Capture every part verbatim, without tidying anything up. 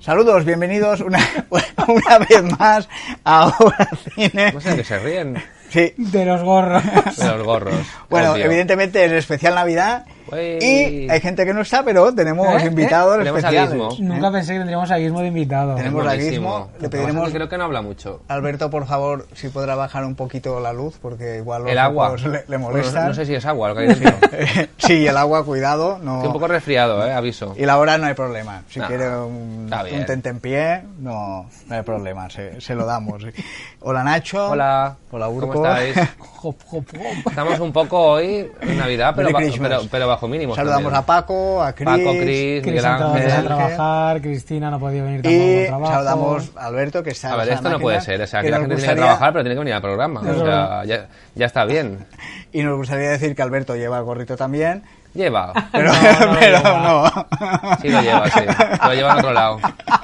Saludos, bienvenidos una, una vez más a Ahora Cine. No sé, que se ríen. Sí. De los gorros. De los gorros. Bueno, obvio. Evidentemente es especial Navidad. Uy. Y hay gente que no está, pero tenemos ¿Eh? invitados ¿Eh? Tenemos a especiales. Gizmo. Nunca ¿Eh? pensé que tendríamos a Gizmo de invitado. Tenemos a Buenísimo. Gizmo. Le Lo que pasa pediremos, es que creo que no habla mucho. Alberto, por favor, si podrá bajar un poquito la luz, porque igual los El agua. ojos le, le Bueno, molestan. no, no sé si es agua lo que hay dentro. Sí, el agua, cuidado. No... Estoy un poco resfriado, eh, aviso. Y la hora no hay problema. Si No, quiere un, está bien. un tentempié, no, no hay problema. Se, se lo damos. Hola, Nacho. Hola. Hola, ¿Cómo Urco. estáis? Hop, hop, hop. Estamos un poco hoy en Navidad, pero, Merry ba- Christmas. pero, pero bajo mínimos. Saludamos también. a Paco, a Cris. Paco, Cris, Cris Miguel entraba antes a Ángel. trabajar, Cristina no podía venir tampoco Y al trabajo. saludamos a Alberto, que está A ver, en esto la no puede máquina, ser. O sea, que que la nos gente tiene que gustaría- trabajar, pero tiene que venir al programa. Es O sea, ya, ya está bien. Y nos gustaría decir que Alberto lleva el gorrito también, Lleva. pero No, no lo pero lleva. no. Sí lo lleva, sí. Lo lleva en otro lado.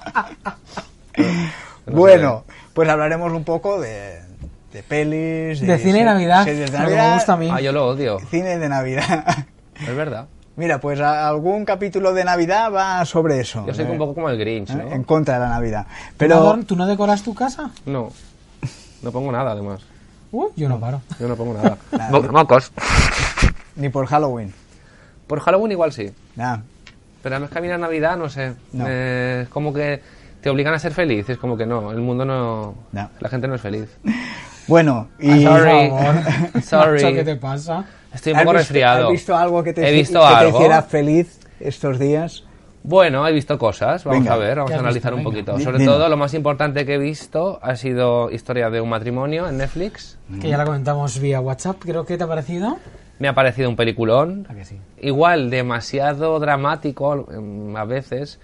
No Bueno, pues hablaremos un poco de, de pelis, De cine de Navidad, series de lo que Navidad, me gusta a mí. Ah, yo lo odio. cine de Navidad. Es verdad. Mira, pues a- algún capítulo de Navidad va sobre eso. Yo soy eh, un poco como el Grinch, eh, ¿no? en contra de la Navidad. ¿Tú no Pero adorn- ¿Tú no decoras tu casa? No. No pongo nada, además. Uh, yo no paro. Yo no pongo nada. Nada. Mo- Mocos. ni por Halloween. Por Halloween igual sí. Nada. Pero a mí es que a mí la Navidad, no sé. No. eh, es como que te obligan a ser feliz. Es como que no. El mundo no. No. La gente no es feliz. Bueno, y Ay, por Sorry. favor. Sorry. Macho, ¿qué te pasa? Estoy un ¿has poco visto- resfriado. ¿Has visto algo que te, He visto que te algo. hiciera feliz estos días? Bueno, he visto cosas. Vamos Venga. a ver, vamos ¿Qué a has analizar visto? un Venga. poquito. Di- Sobre dime. todo, lo más importante que he visto ha sido Historia de un matrimonio en Netflix. Que ya la comentamos vía WhatsApp, creo que te ha parecido. Me ha parecido un peliculón. ¿A que sí? Igual, demasiado dramático mm, a veces.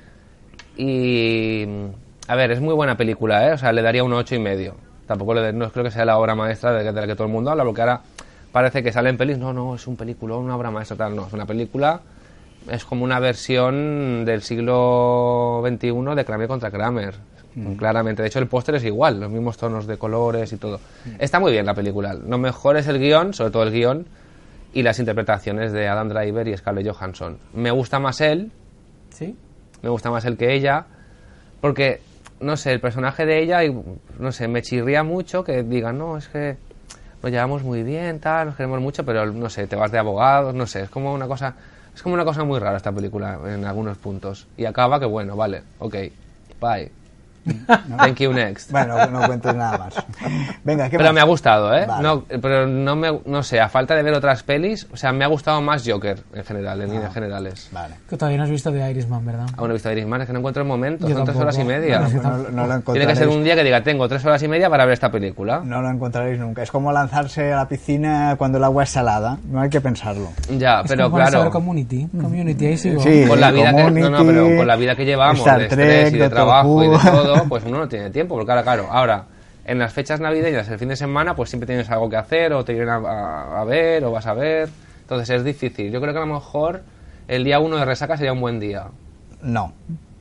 Y. A ver, es muy buena película, ¿eh? O sea, le daría un ocho y medio. Tampoco le, no creo que sea la obra maestra de, de la que todo el mundo habla, porque ahora parece que salen pelis. No, no, es un peliculón, una obra maestra, tal. No, es una película. Es como una versión del siglo veintiuno de Kramer contra Kramer. Claramente. De hecho, el póster es igual, los mismos tonos de colores y todo. Está muy bien la película. Lo mejor es el guión, sobre todo el guión, y las interpretaciones de Adam Driver y Scarlett Johansson. Me gusta más él, ¿Sí? me gusta más él que ella, porque, no sé, el personaje de ella, y, no sé, me chirría mucho que digan, no, es que nos llevamos muy bien, tal, nos queremos mucho, pero, no sé, te vas de abogados, no sé, es como una cosa, es como una cosa muy rara esta película en algunos puntos. Y acaba que, bueno, vale, ok, bye. Thank you, next. Bueno, no cuentes nada más. Venga, ¿qué Pero más? me ha gustado, ¿eh? Vale. No, pero no me, no sé, a falta de ver otras pelis, o sea, me ha gustado más Joker en general, en líneas generales. Vale. Que todavía no has visto The Irishman, ¿verdad? Aún no he visto Irishman, es que no encuentro el momento, Yo son tres tampoco. horas y media. No, No, sí, no, no lo Tiene que ser encontraréis. un día que diga, tengo tres horas y media para ver esta película. No lo encontraréis nunca. Es como lanzarse a la piscina cuando el agua es salada. No hay que pensarlo. Ya, Es pero como ponerse a ver claro, Community. Community, ahí sigo. Sí. con la vida que, no, no, Community, pero con la vida que llevamos, Star de Trek, estrés y de Doctor trabajo y de Who. todo, pues uno no tiene tiempo, porque ahora, claro, ahora, en las fechas navideñas, el fin de semana, pues siempre tienes algo que hacer, o te vienen a, a- a ver, o vas a ver, entonces es difícil. Yo creo que a lo mejor el día uno de resaca sería un buen día. No.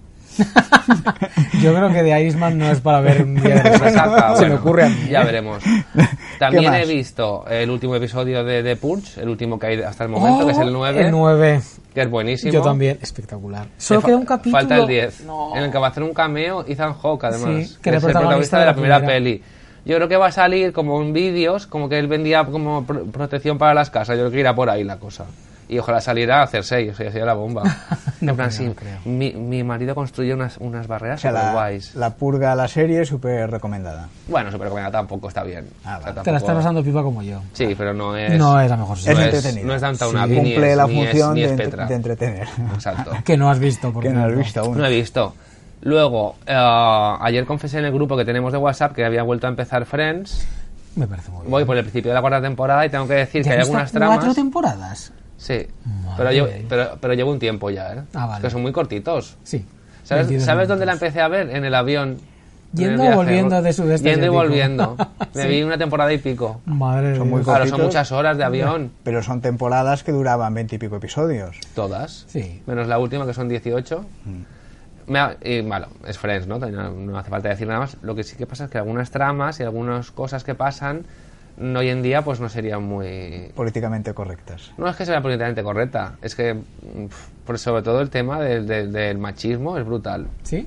Yo creo que The Irishman no es para ver un día de resaca. Resaca, Se me bueno, ocurre a mí. ya veremos. También más? he visto el último episodio de The Purge, el último que hay hasta el momento, que es el nueve, El nueve. que es buenísimo. Yo también. Espectacular. Solo Fa- queda un capítulo. Falta el diez, No. en el que va a hacer un cameo Ethan Hawke, además, Sí, que que era es el protagonista de la primera, peli. Yo creo que va a salir como en vídeos, como que él vendía como pro- protección para las casas. Yo creo que irá por ahí la cosa. Y ojalá saliera a hacer seis, o sea, sería la bomba. No en plan, creo, sí, no creo. mi, mi marido construyó unas, unas O barreras sea, super la, guays. la purga a la serie, súper recomendada. Bueno, super recomendada tampoco está bien. Ah, O sea, vale. Te la tampoco- estás pasando pipa como yo. Sí, pero no es... No es la mejor Es no serie. entretenido. No es Downtown Sí. Abbey, ni Cumple es, la ni es- función ni es de, entre- Petra. de entretener. Exacto. Que no has visto, por Que no has cierto. visto aún. No he visto. Luego, eh, ayer confesé en el grupo que tenemos de WhatsApp que había vuelto a empezar Friends. Me parece muy bien. Voy por el principio de la cuarta temporada y tengo que decir que ¿Ya hay has visto algunas tramas... cuatro temporadas? Sí, Madre pero, llevo, de Dios. pero, pero llevo un tiempo ya, ¿eh? Ah, vale. Es que son muy cortitos. Sí. ¿Sabes, veintidós ¿sabes dónde la minutos. empecé a ver? En el avión. Yendo En el o viaje. volviendo de sudeste Yendo y asiático. volviendo. Me Sí. vi una temporada y pico. Madre de Son muy Dios. Claro, cortitos. son muchas horas de avión. Pero son temporadas que duraban veintipico episodios. Todas. Sí. Menos la última, que son dieciocho. Mm. Me ha- y, bueno, es Friends, ¿no? No, no hace falta decir nada más. Lo que sí que pasa es que algunas tramas y algunas cosas que pasan mm, hoy en día pues no serían muy... Políticamente correctas. No es que sea políticamente correcta, es que mm, por sobre todo el tema del, del- del machismo es brutal. ¿Sí?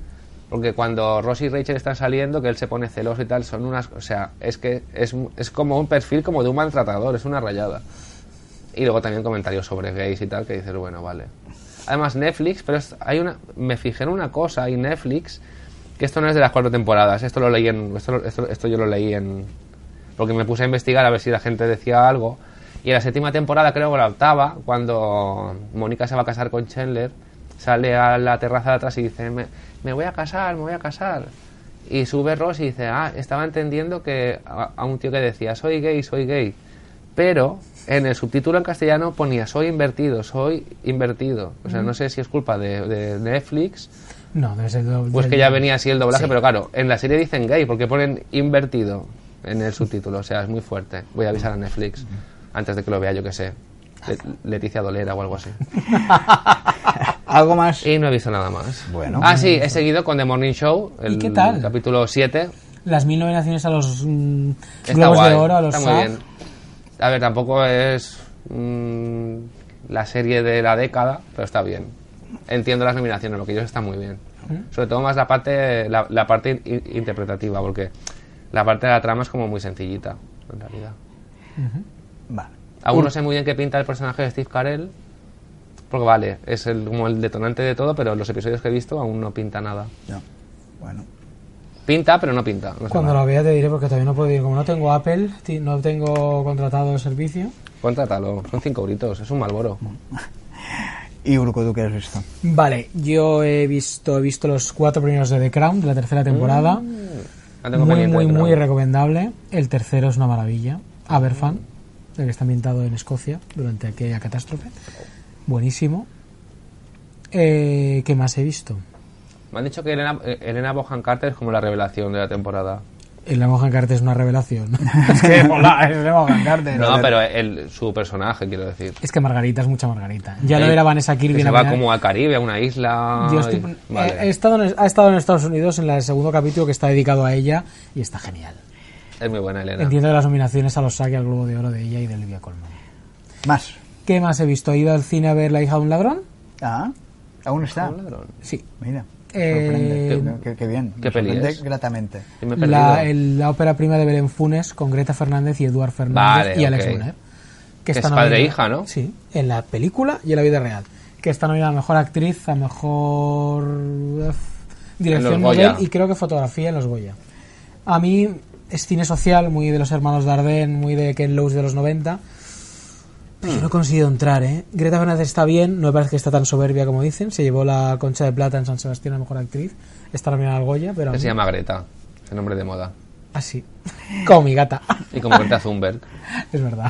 Porque cuando Ross y Rachel están saliendo, que él se pone celoso y tal, son unas... O sea, es que es, es como un perfil como de un maltratador, es una rayada. Y luego también comentarios sobre gays y tal, que dices, bueno, vale. Además, Netflix, pero es, hay una... Me fijé en una cosa, y Netflix, que esto no es de las cuatro temporadas, esto lo leí en... Esto, esto, esto yo lo leí en... Porque me puse a investigar a ver si la gente decía algo. Y en la séptima temporada, creo que la octava, cuando Mónica se va a casar con Chandler, sale a la terraza de atrás y dice, me, me voy a casar, me voy a casar. Y sube Ross y dice, ah, estaba entendiendo que a, a un tío que decía, soy gay, soy gay. Pero en el subtítulo en castellano ponía, soy invertido, soy invertido. O sea, no sé si es culpa de, de Netflix. No, debe ser doble. Pues que ya venía así el doblaje, Sí. pero claro, en la serie dicen gay porque ponen invertido en el subtítulo. O sea, es muy fuerte. Voy a avisar a Netflix antes de que lo vea, yo que sé, Le- Leticia Dolera o algo así. ¿Algo más? Y no he visto nada más. Bueno. Ah, sí, he seguido con The Morning Show, el ¿Y qué tal? capítulo siete. Las mil nominaciones a los mm, Está Globos guay, de Oro, a los está muy S A G. bien. A ver, tampoco es mm, la serie de la década, pero está bien. Entiendo las nominaciones, lo que ellos están muy bien. Sobre todo más la parte la, la parte in- interpretativa, porque la parte de la trama es como muy sencillita, en realidad. Vale. Aún no sé muy bien qué pinta el personaje de Steve Carell, porque vale, es el, como el detonante de todo, pero los episodios que he visto aún no pinta nada. No. Bueno. Pinta, pero no pinta. No sé Cuando nada. lo vea te diré porque todavía no puedo ir. Como no tengo Apple, ti- no tengo contratado el servicio. Contrátalo, son cinco euritos, es un Malboro. ¿Y Urco, tú qué has visto? Vale, yo he visto he visto los cuatro primeros de The Crown, de la tercera temporada. La tengo Muy, pendiente, muy, pero- muy recomendable. El tercero es una maravilla. Aberfan, el que está ambientado en Escocia durante aquella catástrofe. Buenísimo. Eh, ¿Qué más he visto? Me han dicho que Elena, eh, Elena Bonham Carter es como la revelación de la temporada. El Mohan Carter es una revelación. Es que, hola, es de Morgan Carter. No, pero el, su personaje, quiero decir. Es que Margarita es mucha Margarita. Ya lo Eh, era Vanessa Kirby. que en se la va primera- como al Caribe, a una isla. Yo estoy- y- vale. he- he estado en- ha estado en Estados Unidos en el segundo capítulo que está dedicado a ella y está genial. Es muy buena, Elena. Entiendo que las nominaciones a los S A G y al Globo de Oro de ella y de Olivia Colman. Más. ¿Qué más he visto? ¿He ido al cine a ver La hija de un ladrón? Ah, aún está. Un ladrón. Sí. Mira. Eh, Sorprende. Qué, qué bien. ¿qué Me peli sorprende es? gratamente. Y me he perdido. La, el- la ópera prima de Belén Funes con Greta Fernández y Eduard Fernández Vale, y Alex ok. Bonner. Que es está padre e nominada- hija, ¿no? Sí, en la película y en la vida real. Que está nominada a mejor actriz, a mejor eh, dirección En los Goya. model y creo que fotografía en los Goya. A mí es cine social, muy de los hermanos Dardenne, muy de Ken Loach de los noventa. Pero yo no he conseguido entrar, ¿eh? Greta Fernández está bien, no me parece que está tan soberbia como dicen. Se llevó la Concha de Plata en San Sebastián a mejor actriz. Está nominada al Goya, pero. a Que mí- se llama Greta. Es el nombre de moda. Así. Como mi gata. Y como Greta Thunberg. Es verdad.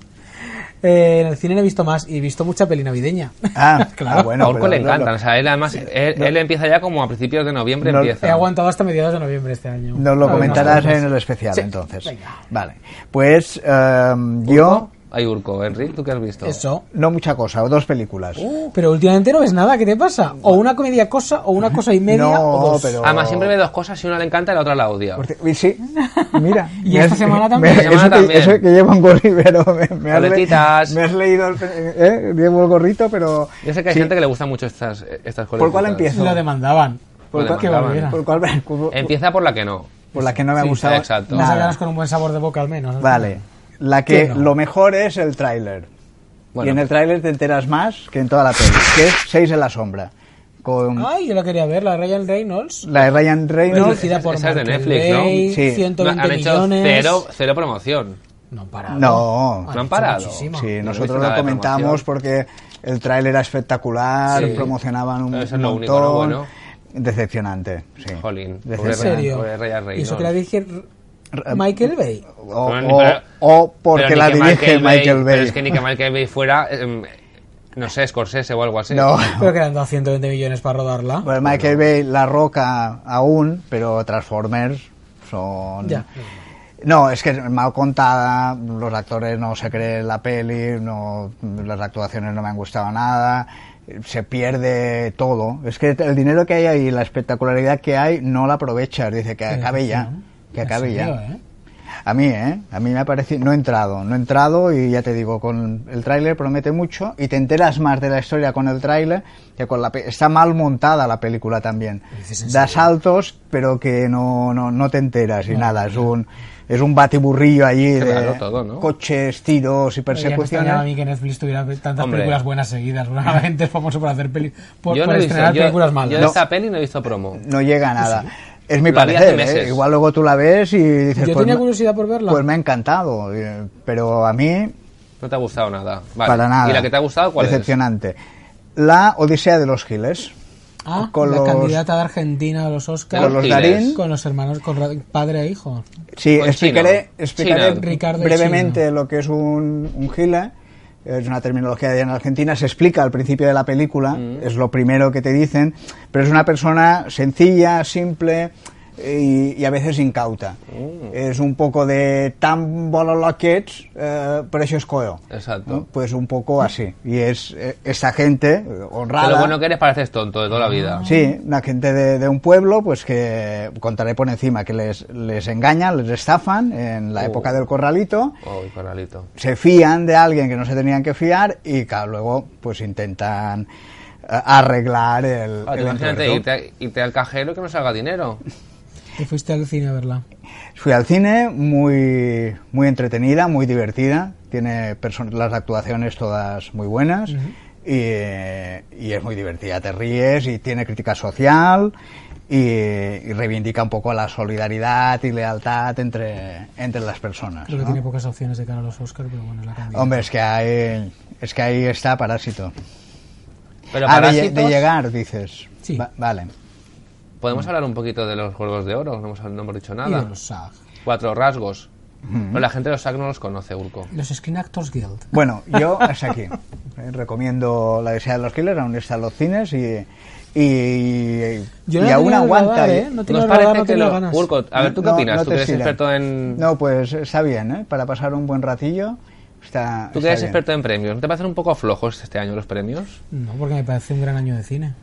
Eh, en el cine no he visto más y he visto mucha peli navideña. Ah, Claro. ah, bueno. a Urco pero le no, encantan. no, O sea, él además, él, él empieza ya como a principios de noviembre No, empieza. He aguantado hasta mediados de noviembre este año. Nos lo A ver, comentarás más cosas. en el especial, Sí, entonces. venga. Vale. Pues eh, yo, Hay Urco, Enric, ¿tú qué has visto? Eso. no mucha cosa, dos películas. Pero últimamente no ves nada, ¿qué te pasa? O una comedia cosa, o una cosa y media, No, o dos. pero- Además, siempre ve dos cosas y una le encanta y la otra la odia. Por ci- y sí, mira. Y me esta has- semana también. me- Esta semana eso, que, también. eso que lleva un gorrito, me, me has, le- Coletitas. me has leído el, ¿eh? Llevo el gorrito, pero... Yo sé que hay sí. gente que le gusta mucho estas, estas ¿Por cuál coletitas. empiezo? Lo demandaban. ¿Por Lo cuál, que demandaban. volviera. por cuál- por- Empieza por la que no. por la que no me ha Sí, gustado exacto. Vamos a nada. quedarnos con un buen sabor de boca al menos. Vale. La que ¿Qué no? lo mejor es el tráiler. Bueno. Y en el tráiler te enteras más que en toda la peli, que es Seis en la sombra. Con Ay, yo la quería ver, la de Ryan Reynolds. la de Ryan Reynolds. Dirigida por esa es de Michael Netflix, ¿no? Bay, Sí. ciento veinte Han hecho millones. cero, cero promoción. No han parado. No. Han No han hecho parado. muchísimo. Sí, No he nosotros visto lo nada de comentamos promoción. porque el tráiler era espectacular, Sí. promocionaban un, Eso es un lo montón. único, ¿no? Bueno. Decepcionante, sí. Jolín. Pobre ¿En Decepcionante. serio? Pobre Ryan ¿Y eso que la Reynolds. dije Michael Bay? O, Bueno, o- pero- o porque Pero la ni que dirige Michael Bay. Pero es que ni que Michael Bay fuera, eh, no sé, Scorsese o algo así. No. Creo que le han dado ciento veinte millones para rodarla. Bueno, Michael Bay, La Roca aún, pero Transformers son... Ya. No, es que es mal contada, los actores no se creen la peli, no, las actuaciones no me han gustado nada, se pierde todo. Es que el dinero que hay ahí, la espectacularidad que hay, no la aprovechas. Dice que acabe ya, que ¿En acabe serio, ya. eh? A mí, ¿eh? A mí me ha parecido... No he entrado, no he entrado y ya te digo, con el tráiler promete mucho y te enteras más de la historia con el tráiler que con la... Pe Está mal montada la película también. Da saltos, pero que no, no, no te enteras y no, nada. Es un, es un batiburrillo allí de todo, ¿no? coches, tiros y persecuciones. Ya me a mí que Netflix tuviera tantas Hombre. películas buenas seguidas. Bueno, la gente es famoso por hacer peli por, yo por no estrenar visto, películas yo, malas. Yo de esta peli no he visto promo. No llega a nada. Sí. Es mi la parecer, ¿eh? Igual luego tú la ves y dices... Yo pues tenía curiosidad por verla. Pues me ha encantado, pero a mí... No te ha gustado nada. Vale. Para nada. ¿Y la que te ha gustado cuál Decepcionante. es? La Odisea de los Giles. Ah, con la los, candidata de Argentina a los Oscars. Con los Darín. Con los hermanos, con padre e hijo. Sí, con explicaré, explicaré Ricardo brevemente lo que es un, un Gile. Es una terminología de en Argentina, se explica al principio de la película, mm. es lo primero que te dicen, pero es una persona sencilla, simple y, y a veces incauta. Mm. Es un poco de tan bololoquets, eh, pero eso es coeo. Exacto. ¿no? Pues un poco así. Y es eh, esta gente honrada. Pero lo bueno que eres pareces tonto de toda la vida. Sí, una gente de, de un pueblo, pues que contaré por encima, que les, les engañan, les estafan en la oh. época del corralito. Oh, el corralito. Se fían de alguien que no se tenían que fiar y claro, luego pues intentan uh, arreglar el... Ah, el imagínate irte, irte al cajero y que no salga dinero. ¿Y fuiste al cine a verla? Fui al cine, muy muy entretenida, muy divertida, tiene las actuaciones todas muy buenas uh-huh. y, y es muy divertida, te ríes y tiene crítica social y, y reivindica un poco la solidaridad y lealtad entre, entre las personas. Creo que ¿no? tiene pocas opciones de cara a los Oscars, pero bueno, la candidata. Hombre, es que hay, es que ahí está Parásito. Pero ah, Parásitos... de, de llegar, dices. Sí. Va, vale. ¿Podemos hablar un poquito de los Juegos de Oro? No hemos, no hemos dicho nada. Y de los S A G. Cuatro rasgos. Mm-hmm. Pero la gente de los S A G no los conoce, Urco. Los Screen Actors Guild. Bueno, yo hasta aquí. Eh, recomiendo La Odisea de los Killers, aún están los cines y... Y, yo no y aún aguanta. Radar, ¿eh? No ¿Nos parece no que lo... ganas. Urco, a ver, ¿tú qué no, opinas? No ¿Tú que eres siren. experto en...? No, pues está bien, ¿eh? Para pasar un buen ratillo está ¿Tú que eres experto en premios? ¿No te parecen un poco flojos este año los premios? No, porque me parece un gran año de cine.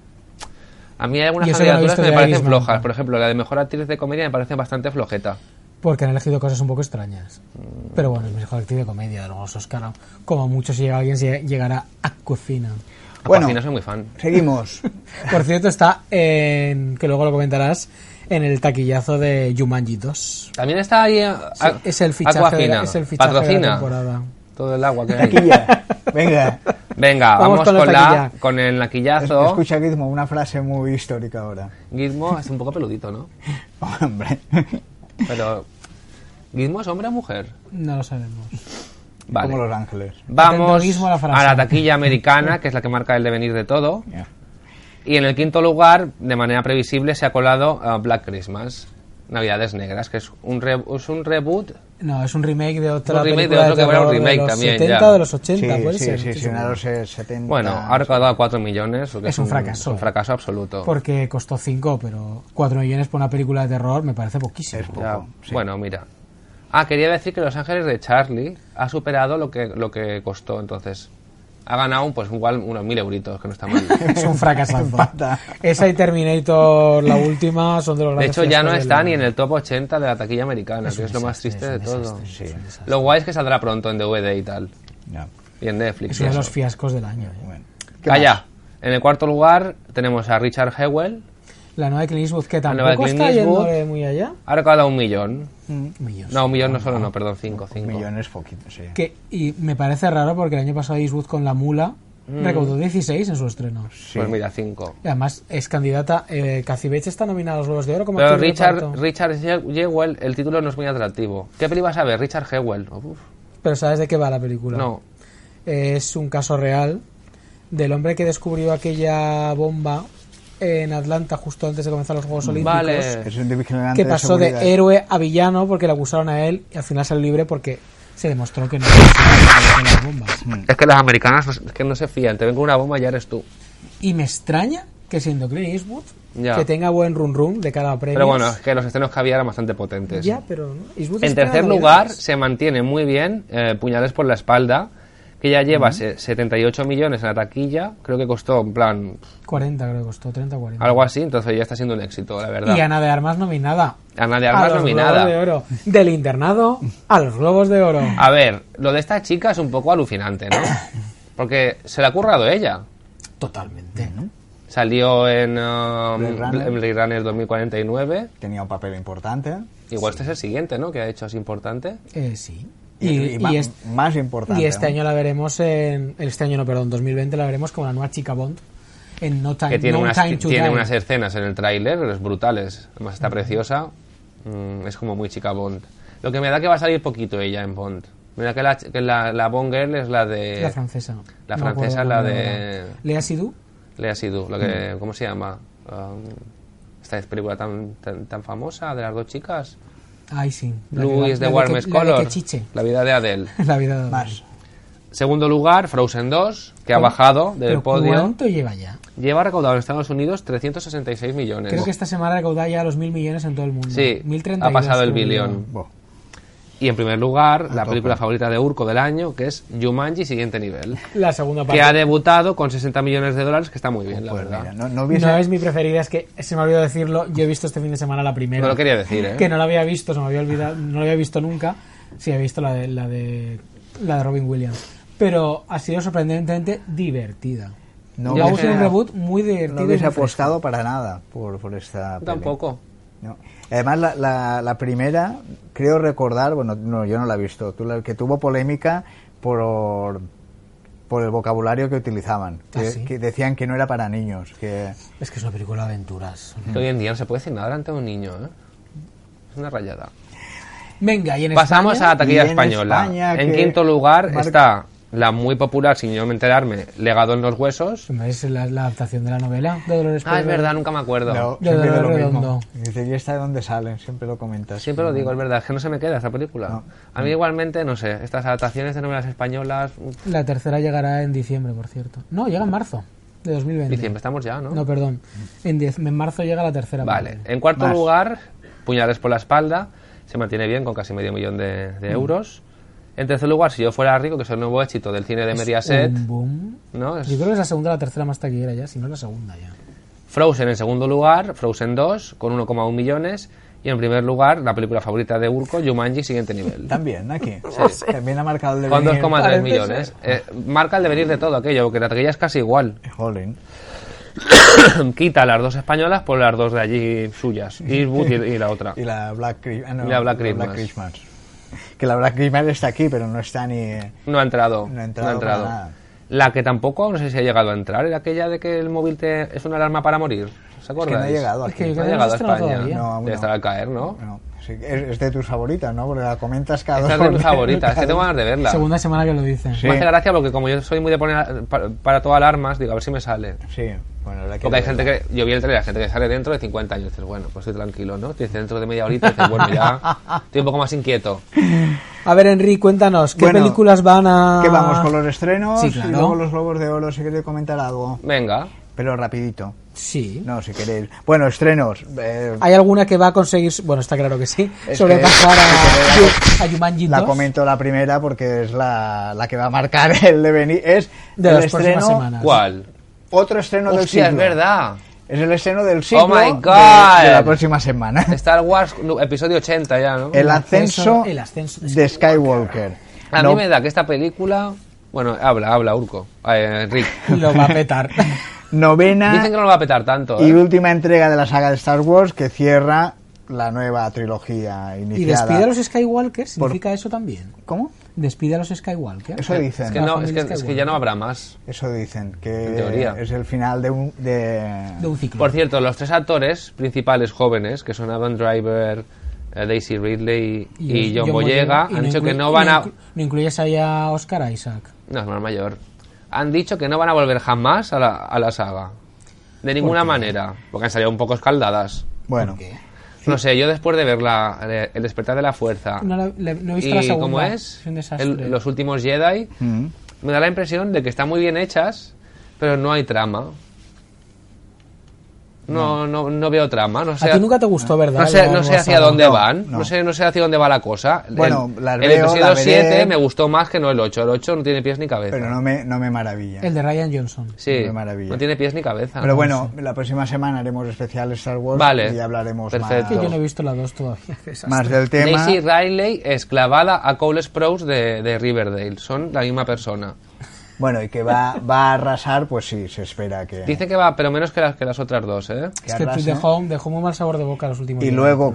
A mí hay algunas candidaturas que me parecen flojas. Por ejemplo, la de Mejor Actriz de Comedia me parece bastante flojeta. Porque han elegido cosas un poco extrañas. Mm. Pero bueno, es Mejor Actriz de Comedia de los Oscar. Como mucho si llega alguien, si llegará Awkwafina. Bueno, Aquafina soy muy fan. Seguimos. Por cierto, está en... que luego lo comentarás... en el taquillazo de Jumanji dos. También está ahí... A, sí, es el fichaje, de la, es el fichaje Patrocina de la temporada. Todo el agua que hay. Taquilla. Venga. Venga, vamos, vamos con, con, la, con el naquillazo. Escucha, Gizmo, una frase muy histórica ahora. Gizmo es un poco peludito, ¿no? Hombre. Pero... ¿Gizmo es hombre o mujer? No lo sabemos. Vale. Como Los Ángeles. Vamos la a la taquilla americana, que es la que marca el devenir de todo. Yeah. Y en el quinto lugar, de manera previsible, se ha colado uh, Black Christmas, Navidades Negras, que es un, re es un reboot. No, es un remake de otra un remake película de otro de que era un remake de los también, setenta ya. de los ochenta, sí, puede sí, ser. Sí, sí, una de los setenta. Bueno, ha recaudado cuatro millones. Es, es un fracaso. Un fracaso absoluto. Porque costó cinco, pero cuatro millones por una película de terror me parece poquísimo. Es poco, sí. Bueno, mira. Ah, quería decir que Los Ángeles de Charlie ha superado lo que, lo que costó, entonces... Ha ganado, pues, igual unos mil euritos, que no está mal. Es un fracasazo. Esa y Terminator, la última, son de los De grandes hecho, ya no está del... ni en el top ochenta de la taquilla americana, es que es lo más triste de todo. Sí. Lo guay es que saldrá pronto en D V D y tal. No. Y en Netflix. Es uno de los fiascos del año. ¿eh? Bueno. Calla. En el cuarto lugar tenemos a Richard Hewell. La nueva de Clint Eastwood, que tampoco está yendo muy allá. Ha recaudado un millón. Mm. Millón, no, un millón no, no solo, no, perdón, cinco. cinco. Un millón es poquito, sí. Que, y me parece raro porque el año pasado Eastwood con La Mula mm. recaudó dieciséis en su estreno. Sí. Pues mira, cinco. Y además es candidata. Eh, Kathy Bates está nominada a los Globos de Oro como Pero Richard, Richard Hewell, el título no es muy atractivo. ¿Qué peli vas a ver? Richard Hewell. Uf. Pero ¿sabes de qué va la película? No. Eh, es un caso real del hombre que descubrió aquella bomba en Atlanta justo antes de comenzar los Juegos Olímpicos. Vale. Es un vigilante que pasó de, de héroe a villano porque le acusaron a él y al final salió libre porque se demostró que no con las bombas. Es que las americanas es que no se fían, te ven con una bomba y ya eres tú. Y me extraña que siendo Clint Eastwood ya. que tenga buen run run de cada premio. Pero bueno, es que los estrenos que había eran bastante potentes. Ya, pero ¿no? En tercer lugar se mantiene muy bien eh, Puñales por la espalda, que ya lleva uh-huh. setenta y ocho millones en la taquilla, creo que costó, en plan... cuarenta creo que costó, treinta o cuarenta. Algo así, entonces ya está siendo un éxito, la verdad. Y Ana de Armas nominada. Ana de Armas a los nominada. Globos de Oro. Del internado a los Globos de Oro. A ver, lo de esta chica es un poco alucinante, ¿no? Porque se la ha currado ella. Totalmente, ¿no? Salió en uh, Blade Runner. Blade Runner dos mil cuarenta y nueve. Tenía un papel importante. Igual sí. este es el siguiente, ¿no? Que ha hecho así importante. Eh, sí. Y, y, y, y es, más importante. Y este ¿no? año la veremos en... Este año no, perdón, dos mil veinte la veremos como la nueva chica Bond en No Time, que tiene, no unas, time to tiene Die. unas escenas en el tráiler brutales. Además está preciosa. Mm, es como muy chica Bond. Lo que me da que va a salir poquito ella en Bond. Mira que la, que la, la Bond Girl es la de... La francesa. La no francesa es la de... Lea Seydoux. Lea Seydoux. Lo que, mm. ¿Cómo se llama? Um, esta película tan, tan, tan famosa de las dos chicas. Ay, sí. Blue is the warmest color. La vida de Adele. La vida de Adele. Más. Segundo lugar, Frozen dos, que ha bajado del ¿Pero podio. ¿Cuánto lleva ya? Lleva recaudado en Estados Unidos trescientos sesenta y seis millones. Creo que esta semana ha recaudado ya los mil millones en todo el mundo. Sí, mil treinta y dos, ha pasado el billón. Y en primer lugar, a la tope. Película favorita de Urco del año, que es Jumanji, siguiente nivel. La segunda parte. Que ha debutado con sesenta millones de dólares, que está muy bien, la pues verdad. Mira, no, no, hubiese... no es mi preferida, es que se me ha olvidado decirlo. Yo he visto este fin de semana la primera. No lo quería decir, ¿eh? Que no la había visto, se me había olvidado, no la había visto nunca. Sí, he visto la de, la de, la de Robin Williams. Pero ha sido sorprendentemente divertida. No ya hubiese, un reboot muy divertido. No hubiese apostado para nada por, por esta peli. Tampoco. No. Además, la, la, la primera, creo recordar, bueno, no, yo no la he visto, tú la, que tuvo polémica por, por el vocabulario que utilizaban. Que, ¿Ah, sí? que decían que no era para niños. Que... Es que es una película de aventuras. Que hoy en día no se puede decir nada delante de un niño, ¿eh? Es una rayada. Venga, y en Pasamos España, a la taquilla en española. España, en que... quinto lugar Mar... está la muy popular, sin yo enterarme, Legado en los huesos. Es la, la adaptación de la novela de Dolores Ah, es Pedro. verdad, nunca me acuerdo. No, de siempre de lo Redondo. mismo. Dice, ¿y esta de dónde sale? Siempre lo comentas. Siempre lo digo, es verdad, es que no se me queda esta película. No. A mí igualmente, no sé, estas adaptaciones de novelas españolas... La tercera llegará en diciembre, por cierto. No, llega en marzo de dos mil veinte. Diciembre estamos ya, ¿no? No, perdón. En, diez, en marzo llega la tercera. Vale. parte. En cuarto Más. lugar, Puñales por la espalda. Se mantiene bien con casi medio millón de, de euros. En tercer lugar, Si yo fuera rico, que es el nuevo éxito del cine de Mediaset. Un boom. ¿No? Es Yo creo que es la segunda o la tercera más taquillera ya, si no es la segunda ya. Frozen en segundo lugar, Frozen dos, con uno coma uno millones. Y en primer lugar, la película favorita de Urco, Jumanji, siguiente nivel. También, aquí. Sí. También ha marcado el Con devenir. dos coma tres Parece millones. Eh, marca el devenir de todo aquello, porque la taquilla es casi igual. Jolín. Quita las dos españolas por las dos de allí suyas. Eastwood y, y la otra. Y la Black, Cri- ah, no, Y la Black la Christmas. Christmas. Que la Black Christmas está aquí, pero no está ni... No ha entrado. No ha entrado para nada. La que tampoco, no sé si ha llegado a entrar, era aquella de que el móvil te es una alarma para morir. ¿Se Es que acuerdan? no ha llegado Es aquí. que yo No ha creo que llegado a no se ha estrenado España. todavía. No, aún Debe no. estar al caer, ¿no? No, sí, es, es de tus favoritas, ¿no? Porque la comentas cada Esta es dos de mis por- favoritas, es que tengo cada- ganas de verla. Segunda semana que lo dicen. Sí. Me hace gracia porque como yo soy muy de poner para, para todo alarmas, digo, a ver si me sale. Sí, bueno, la que Porque hay gente que, yo vi el trailer, hay gente que sale dentro de cincuenta años, dices, bueno, pues estoy tranquilo, ¿no? Dices, dentro de media horita, dices, bueno, ya estoy un poco más inquieto. A ver, Enrique, cuéntanos, ¿qué Bueno, películas van a...? Que vamos con los estrenos Sí, claro. y luego los Globos de Oro, si queréis comentar algo. Venga. Pero rapidito. Sí. No, si queréis. Bueno, estrenos. Eh, ¿Hay alguna que va a conseguir, bueno, está claro que sí, Es sobrepasar que- a, a Jumanji la dos? comento la primera porque es la, la que va a marcar el devenir. Es De el las próximas estreno, semanas. ¿Cuál? otro estreno del Hostia, siglo. es verdad. Es el estreno del siglo Oh my de- God. De, la próxima semana. Star Wars, no, episodio ochenta ya, ¿no? El ascenso, el ascenso de Skywalker. A No, mí me da que esta película... Bueno, habla, habla, Urco. Eh, Rick. Lo va a petar. novena Dicen que no lo va a petar tanto, ¿eh? y última entrega de la saga de Star Wars que cierra la nueva trilogía ¿Y iniciada. despide a los Skywalker? ¿Significa eso también? ¿Cómo? ¿Despide a los Skywalker? Eso dicen. Es que, La no, es, familia que, es que ya no habrá más. Eso dicen, que En teoría. es el final de un... De... De un ciclo. Por cierto, los tres actores principales jóvenes, que son Adam Driver, eh, Daisy Ridley y, y John Boyega, y han dicho que inclu- no van y a... inclu- ¿No incluyes ahí a Oscar Isaac? No, es más mayor. Han dicho que no van a volver jamás a la, a la saga. De ninguna manera. Porque han salido un poco escaldadas. Bueno, ¿Por qué? No sé, yo después de ver la, eh, El despertar de la fuerza No, la- le- no he visto y la segunda. cómo es, un desastre. el- los últimos Jedi, mm, me da la impresión de que están muy bien hechas, pero no hay trama. No, no, no veo trama. No sé, A ti nunca te gustó, ¿verdad? no sé, La no sé nueva hacia saga. dónde No, van. no. No sé, no sé hacia dónde va la cosa. Bueno, el, las el veo, episodio la veré. siete me gustó más que no el ocho. El ocho no tiene pies ni cabeza. Pero no me, no me maravilla. El de Ryan Johnson. Sí, Qué maravilla. no tiene pies ni cabeza. Pero bueno, la próxima semana haremos especial Star Wars Vale, y hablaremos perfecto. Que yo no he más, visto la dos todavía. Qué desastre. más del tema. Daisy Ridley es clavada a Cole Sprouse de, de Riverdale. Son la misma persona. Bueno, y que va, va a arrasar, pues sí, se espera que... Dice que va, pero menos que las, que las otras dos, ¿eh? Es que arrase. dejó, dejó muy mal sabor de boca los últimos Y días. luego,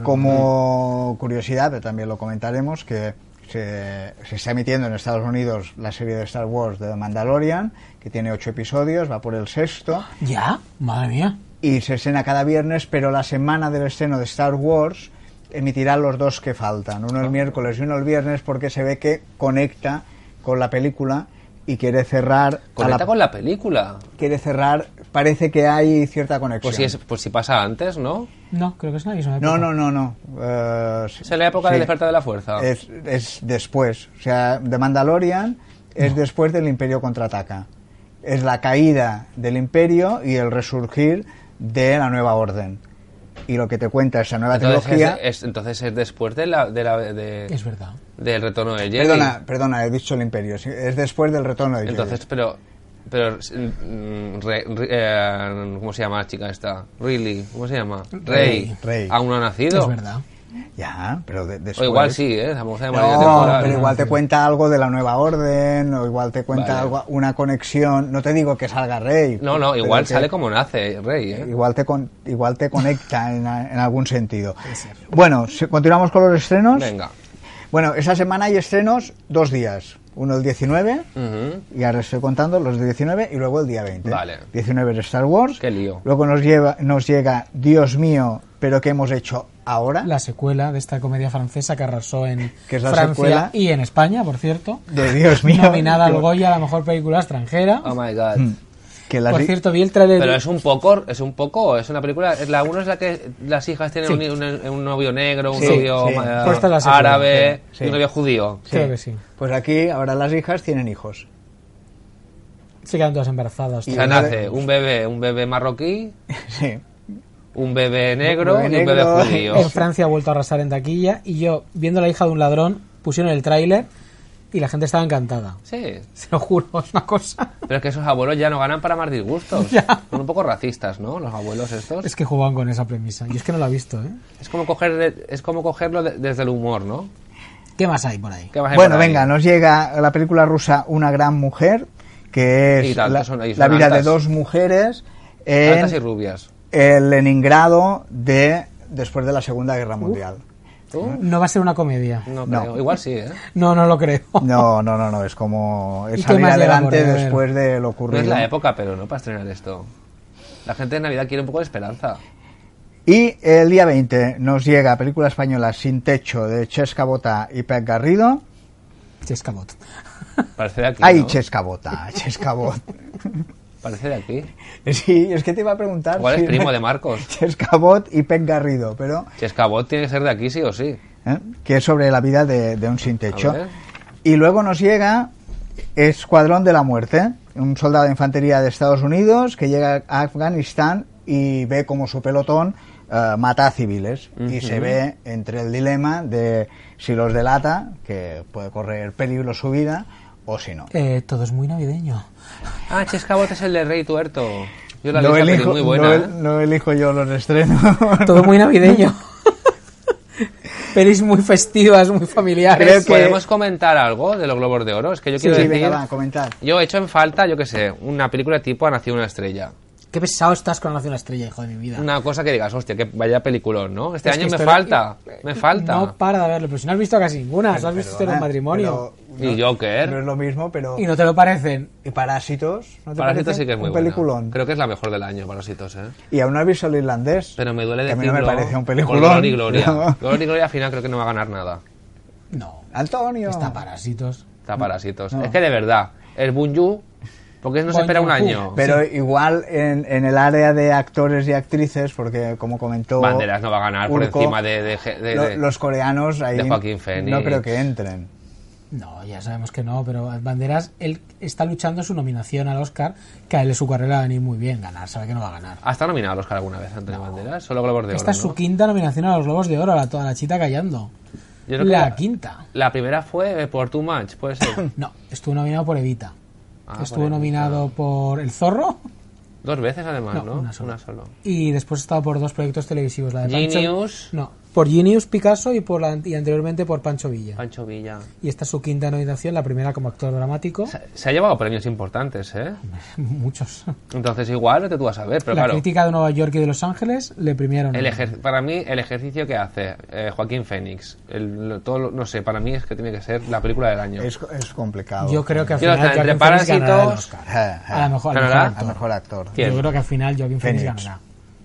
como curiosidad, pero también lo comentaremos, que se, se está emitiendo en Estados Unidos la serie de Star Wars de The Mandalorian, que tiene ocho episodios, va por el sexto, ¿Ya? Madre mía. y se estrena cada viernes, pero la semana del estreno de Star Wars emitirá los dos que faltan, uno el miércoles y uno el viernes, porque se ve que conecta con la película y quiere cerrar... a Conecta la- con la película. Quiere cerrar, parece que hay cierta conexión. Pues si, es, pues si pasa antes, ¿no? No, creo que es la misma No, época. no, no, no. Eh, Es en la época sí. del despertar de la fuerza. Es, es después. O sea, The Mandalorian es después del Imperio contraataca. Es la caída del Imperio y el resurgir de la Nueva Orden. Y lo que te cuenta esa nueva Entonces trilogía... es, es- entonces es después de la, de la, de- Es verdad. del retorno de Jedi. Perdona, perdona, he dicho el Imperio. sí, Es después del retorno de Jedi. Entonces, pero... pero mm, re- re- eh, ¿cómo se llama la chica esta? Really, ¿cómo se llama? Rey. Rey. Aún no ha nacido. Es verdad. Ya, pero de- O después... igual sí, ¿eh? La mujer de María No, temporal. pero igual te cuenta algo de la Nueva Orden, o igual te cuenta Vale. algo, una conexión. No te digo que salga Rey. No, no, pero igual que- sale como nace Rey, ¿eh? Igual te, con- igual te conecta en, a- en algún sentido. Bueno, si- continuamos con los estrenos. Venga. Bueno, esa semana hay estrenos dos días. Uno el diecinueve, Ujú. y ahora estoy contando los de diecinueve, y luego el día veinte. Vale. diecinueve es Star Wars. Qué lío. Luego nos, lleva, nos llega Dios mío, pero ¿qué hemos hecho ahora? La secuela de esta comedia francesa que arrasó en Que es la Francia secuela y en España, por cierto. De Dios mío. Nominada al Que- Goya a la mejor película extranjera. Oh my God. que las Por di- cierto, vi el trailer. Pero es un poco, es un poco, es una película, es la uno es la que las hijas tienen Sí. un, un- un novio negro, un Sí, novio sí. eh, Pues esta es la secuela, árabe sí. y un novio judío. Creo que sí. Pues aquí ahora las hijas tienen hijos. Se quedan todas embarazadas. Y O sea, una nace de- un bebé, un bebé marroquí, Sí. un bebé negro bebé y un bebé negro. judío. En Francia ha vuelto a arrasar en taquilla y yo, viendo La hija de un ladrón, pusieron el tráiler y la gente estaba encantada. Sí, Se lo juro, es una cosa. pero es que esos abuelos ya no ganan para más disgustos. Ya. Son un poco racistas, ¿no? Los abuelos estos. Es que jugaban con esa premisa. Y es que no la he visto, ¿eh? Es como coger de- es como cogerlo de- desde el humor, ¿no? ¿Qué más hay por ahí? ¿Qué más hay Bueno, por ahí? venga, nos llega la película rusa Una gran mujer, que Y es tanto la, son- y son la vida altas. de dos mujeres Altas y en rubias. el Leningrado de después de la Segunda Guerra Mundial. ¿Tú? No va a ser una comedia. No No. creo. Igual sí, ¿eh? No, no lo creo. No, no, no, no, es como es ¿Y qué salir más llega adelante por ahí? A ver. después de lo No ocurrido. es la época, pero no para estrenar esto. La gente de Navidad quiere un poco de esperanza. Y el día veinte nos llega película española Sin techo de Chesca Botà y Pep Garrido. Chescabot. Parece de aquí, Ay, ¿no? Chesca Botà, Chesca Bot. Parece de aquí. Sí, es que te iba a preguntar. Igual es si- primo de Marcos. Chesca Bot y Pep Garrido, pero Chescabot tiene que ser de aquí sí o sí. ¿eh? que es sobre la vida de, de un sin techo. A ver. Y luego nos llega Escuadrón de la Muerte, un soldado de infantería de Estados Unidos que llega a Afganistán y ve como su pelotón eh, mata a civiles. Y se ve entre el dilema de si los delata, que puede correr peligro su vida, o si no. Eh, todo es muy navideño. Ah, Chescabot es el de Rey Tuerto. Yo la No vi esa peli elijo, muy buena, no, ¿eh? no elijo yo los estrenos. Todo muy navideño. Pelis muy festivas, muy familiares. Creo que- ¿Podemos comentar algo de los Globos de Oro? Es que yo Sí, quiero sí, decir... venga, va, comentar. Yo he hecho en falta, yo qué sé, una película tipo Ha nacido una estrella. Qué pesado estás con Nación Estrella, hijo de mi vida. Una cosa que digas, hostia, que vaya peliculón, ¿no? Este Es año que me historia- falta, me falta. No para de verlo, pero si no has visto casi ninguna, si has visto Perdona, en matrimonio. pero Y Joker. No es lo mismo, pero... Y no te lo parecen. ¿Y Parásitos? ¿No te Parásitos parece sí que es muy un buena. peliculón? Creo que es la mejor del año, Parásitos, ¿eh? Y aún no has visto el irlandés. Pero me duele Que a decirlo. mí no me parece un por peliculón. Gloria y Gloria. No. Gloria y Gloria al final creo que no va a ganar nada. No. Antonio. Está Parásitos. Está Parásitos. No. Es que de verdad, el Bunyu, porque no se espera un Bong Joon-ho. año. Pero igual en, en el área de actores y actrices, porque como comentó... Banderas no va a ganar por Urko, encima de, de, de- lo- de- los coreanos ahí de Joaquín Phoenix. no creo que entren. No, ya sabemos que no, pero Banderas, él está luchando su nominación al Oscar, que a él su carrera va a venir muy bien ganar, sabe que no va a ganar. ¿Ha estado nominado al Oscar alguna vez, Antonio no. Banderas? Solo Globos de Oro, Esta es ¿no? su quinta nominación a los Globos de Oro, la, toda la chita callando. Yo creo la que quinta. La primera fue por Too Much, puede ser. No, estuvo nominado por Evita. Ah, estuvo por nominado Evita. por El Zorro. Dos veces además, No, ¿no? una sola. Una solo. Y después ha estado por dos proyectos televisivos, la de Pancho. Genius. No, por Genius Picasso y por la, y anteriormente por Pancho Villa. Pancho Villa. Y esta es su quinta nominación, la primera como actor dramático. Se, se ha llevado premios importantes, ¿eh? Muchos. Entonces igual no te tú vas a ver, pero la claro. crítica de Nueva York y de Los Ángeles le premiaron. El ejer- para mí el ejercicio que hace eh, Joaquín Phoenix, el, lo- todo, lo- no sé, para mí es que tiene que ser la película del año. Es, es complicado. Yo creo que al Yo, final entre Joaquin Phoenix ganará el Parásitos- Oscar. Eh, eh. A lo mejor, al ¿Ganará? mejor Al actor. mejor actor. ¿Quién? Yo creo que al final Joaquin Phoenix Phoenix. ganará.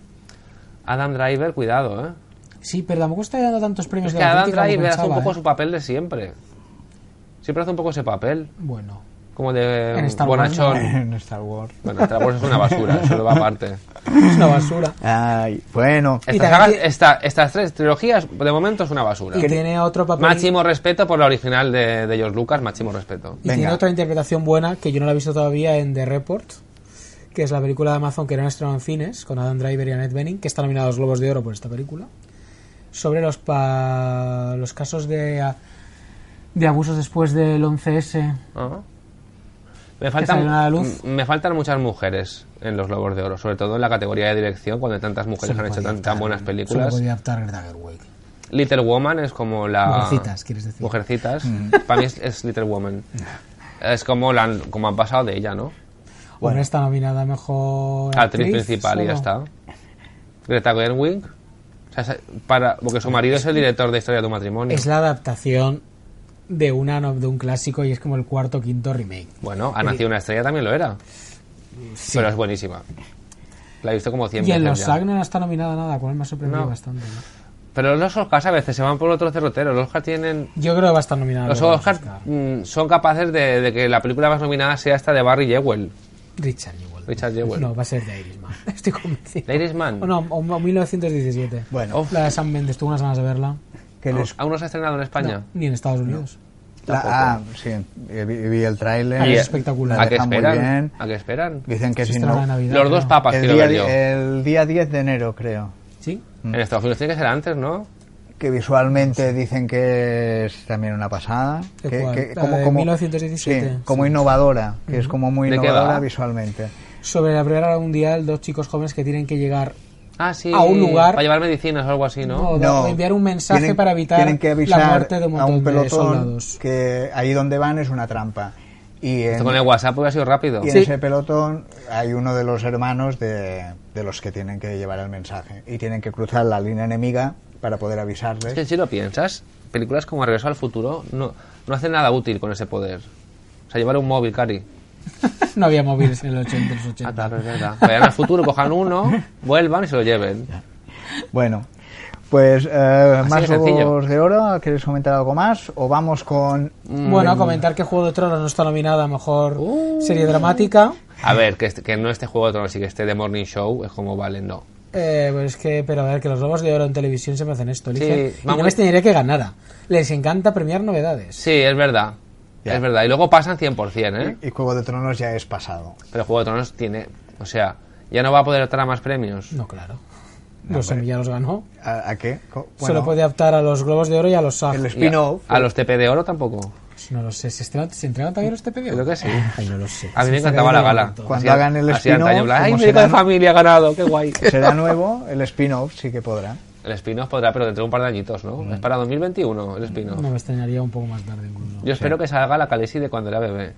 Adam Driver, cuidado, ¿eh? Sí, pero tampoco está dando tantos premios Es de que la Adam crítica como Driver hace un pensaba, poco ¿eh? su papel de siempre. Siempre hace un poco ese papel, Bueno, como de En Star Wars, bonachón. En Star Wars. Bueno, Star Wars es una basura, eso lo va aparte. es una basura. Ay, bueno. Y Esta también saga- tiene- esta- estas tres trilogías, de momento, es una basura. Y tiene otro papel. Máximo respeto por la original de, de George Lucas, máximo respeto. Y Venga. tiene otra interpretación buena que yo no la he visto todavía en The Report, que es la película de Amazon que no han estrenado en cines, con Adam Driver y Annette Bening, que está nominada a los Globos de Oro por esta película, sobre los pa- los casos de, de abusos después del once ese. Ah. Me salieron a la faltan, luz. m- me faltan muchas mujeres en los Globos de Oro, sobre todo en la categoría de dirección, cuando tantas mujeres han hecho tan, tan buenas Solo películas. podía adaptar Greta Gerwig. Little Woman es como la... Mujercitas, quieres decir. Mujercitas. Para mí es, es Little Woman. Es como, la, han- como han pasado de ella, ¿no? Bueno, está nominada a mejor Actriz principal y ya solo. está. Greta Gerwig. O sea, esa- para, porque su marido es el director de Historia de tu matrimonio. Es la adaptación de una no- de un clásico y es como el cuarto o quinto remake. Bueno, Ha nacido una estrella también lo era. Sí. Pero es buenísima. La he visto como cien Y en veces los ya. SAG no está nominada nada, cual me ha sorprendido No. bastante, ¿no? Pero los Oscars a veces se van por otro cerrotero. Los Oscars tienen... Yo creo que va a estar nominada. Los luego a Oscars Oscar. mm, son capaces de, de que la película más nominada sea esta de Barry Jewell. Richard Jewell. Richard Jewell. No, va a ser de Irishman. Estoy convencido. The Irishman. O no, o, o mil novecientos diecisiete. Bueno, Uf. La de Sam Mendes, tuve unas ganas de verla. que les- ¿Aún no se ha estrenado en España? No, ni en Estados Unidos. la- ah, sí, vi, vi el tráiler. Ah, Y- es espectacular. la ¿A qué deja muy esperan? bien. ¿A qué esperan? Dicen que Se si estrena no... en Navidad, Los dos creo. papas El quiero día, ver yo. el día diez de enero, creo. ¿Sí? En Estados Unidos tiene que ser antes, ¿no? Que visualmente dicen que es también una pasada. ¿De Que, cuál? que La de mil novecientos diecisiete. Sí, como innovadora. Que es como muy ¿De qué innovadora va? visualmente. Sobre la Primera Guerra Mundial, dos chicos jóvenes que tienen que llegar Ah, sí. A un lugar- Para llevar medicinas o algo así, ¿no? No, No, enviar un mensaje tienen- para evitar tienen que avisar la muerte de un a un montón de pelotón soldados. que ahí donde van es una trampa. Y en, Esto con el WhatsApp hubiera sido rápido. y en Sí. ese pelotón hay uno de los hermanos de, de los que tienen que llevar el mensaje. Y tienen que cruzar la línea enemiga para poder avisarles. Es que si lo piensas, películas como Regreso al Futuro no, no hacen nada útil con ese poder. O sea, llevar un móvil, Cari. No había móviles en el ochenta, los Ah, ochenta. claro, es verdad. Vayan al futuro, cojan uno, vuelvan y se lo lleven. Bueno, pues eh, más de sencillo. Globos de Oro. ¿Quieres comentar algo más? ¿O vamos con...? Bueno, comentar que Juego de Tronos no está nominada a Mejor Uh. Serie Dramática. A ver, que, este- que no esté Juego de Tronos y que esté The Morning Show es como, vale, no. Eh, pues es que, pero a ver, que los Globos de Oro en televisión siempre hacen esto. Eligen, Sí, y vamos- no me extrañaría que ganara. Les encanta premiar novedades. Sí, es verdad. Ya. Es verdad. Y luego pasan cien por ciento, ¿eh? Y Juego de Tronos ya es pasado. Pero Juego de Tronos tiene... O sea, ya no va a poder optar a más premios. No, claro. Los Emmy ya los ganó. ¿A, a qué? Co- Solo bueno, puede optar a los Globos de Oro y a los SAG. el Y a, spin-off. a los T P de Oro tampoco. No lo sé. ¿Se, estrenan- ¿Se entregan todavía los T P de Oro? Creo que sí. Ay, no lo sé. A mí me Se encantaba la estaría gala. viendo Cuando Así- hagan el así spin-off, antaño, en plan, ¡ay, como médico de será- familia ha ganado! ¡Qué guay! Será nuevo, el spin-off sí que podrá. El spin-off podrá, pero dentro de un par de añitos, ¿no? Es para dos mil veintiuno el spin-off. No me extrañaría un poco más tarde incluso. Yo espero que salga la Khaleesi de cuando era bebé.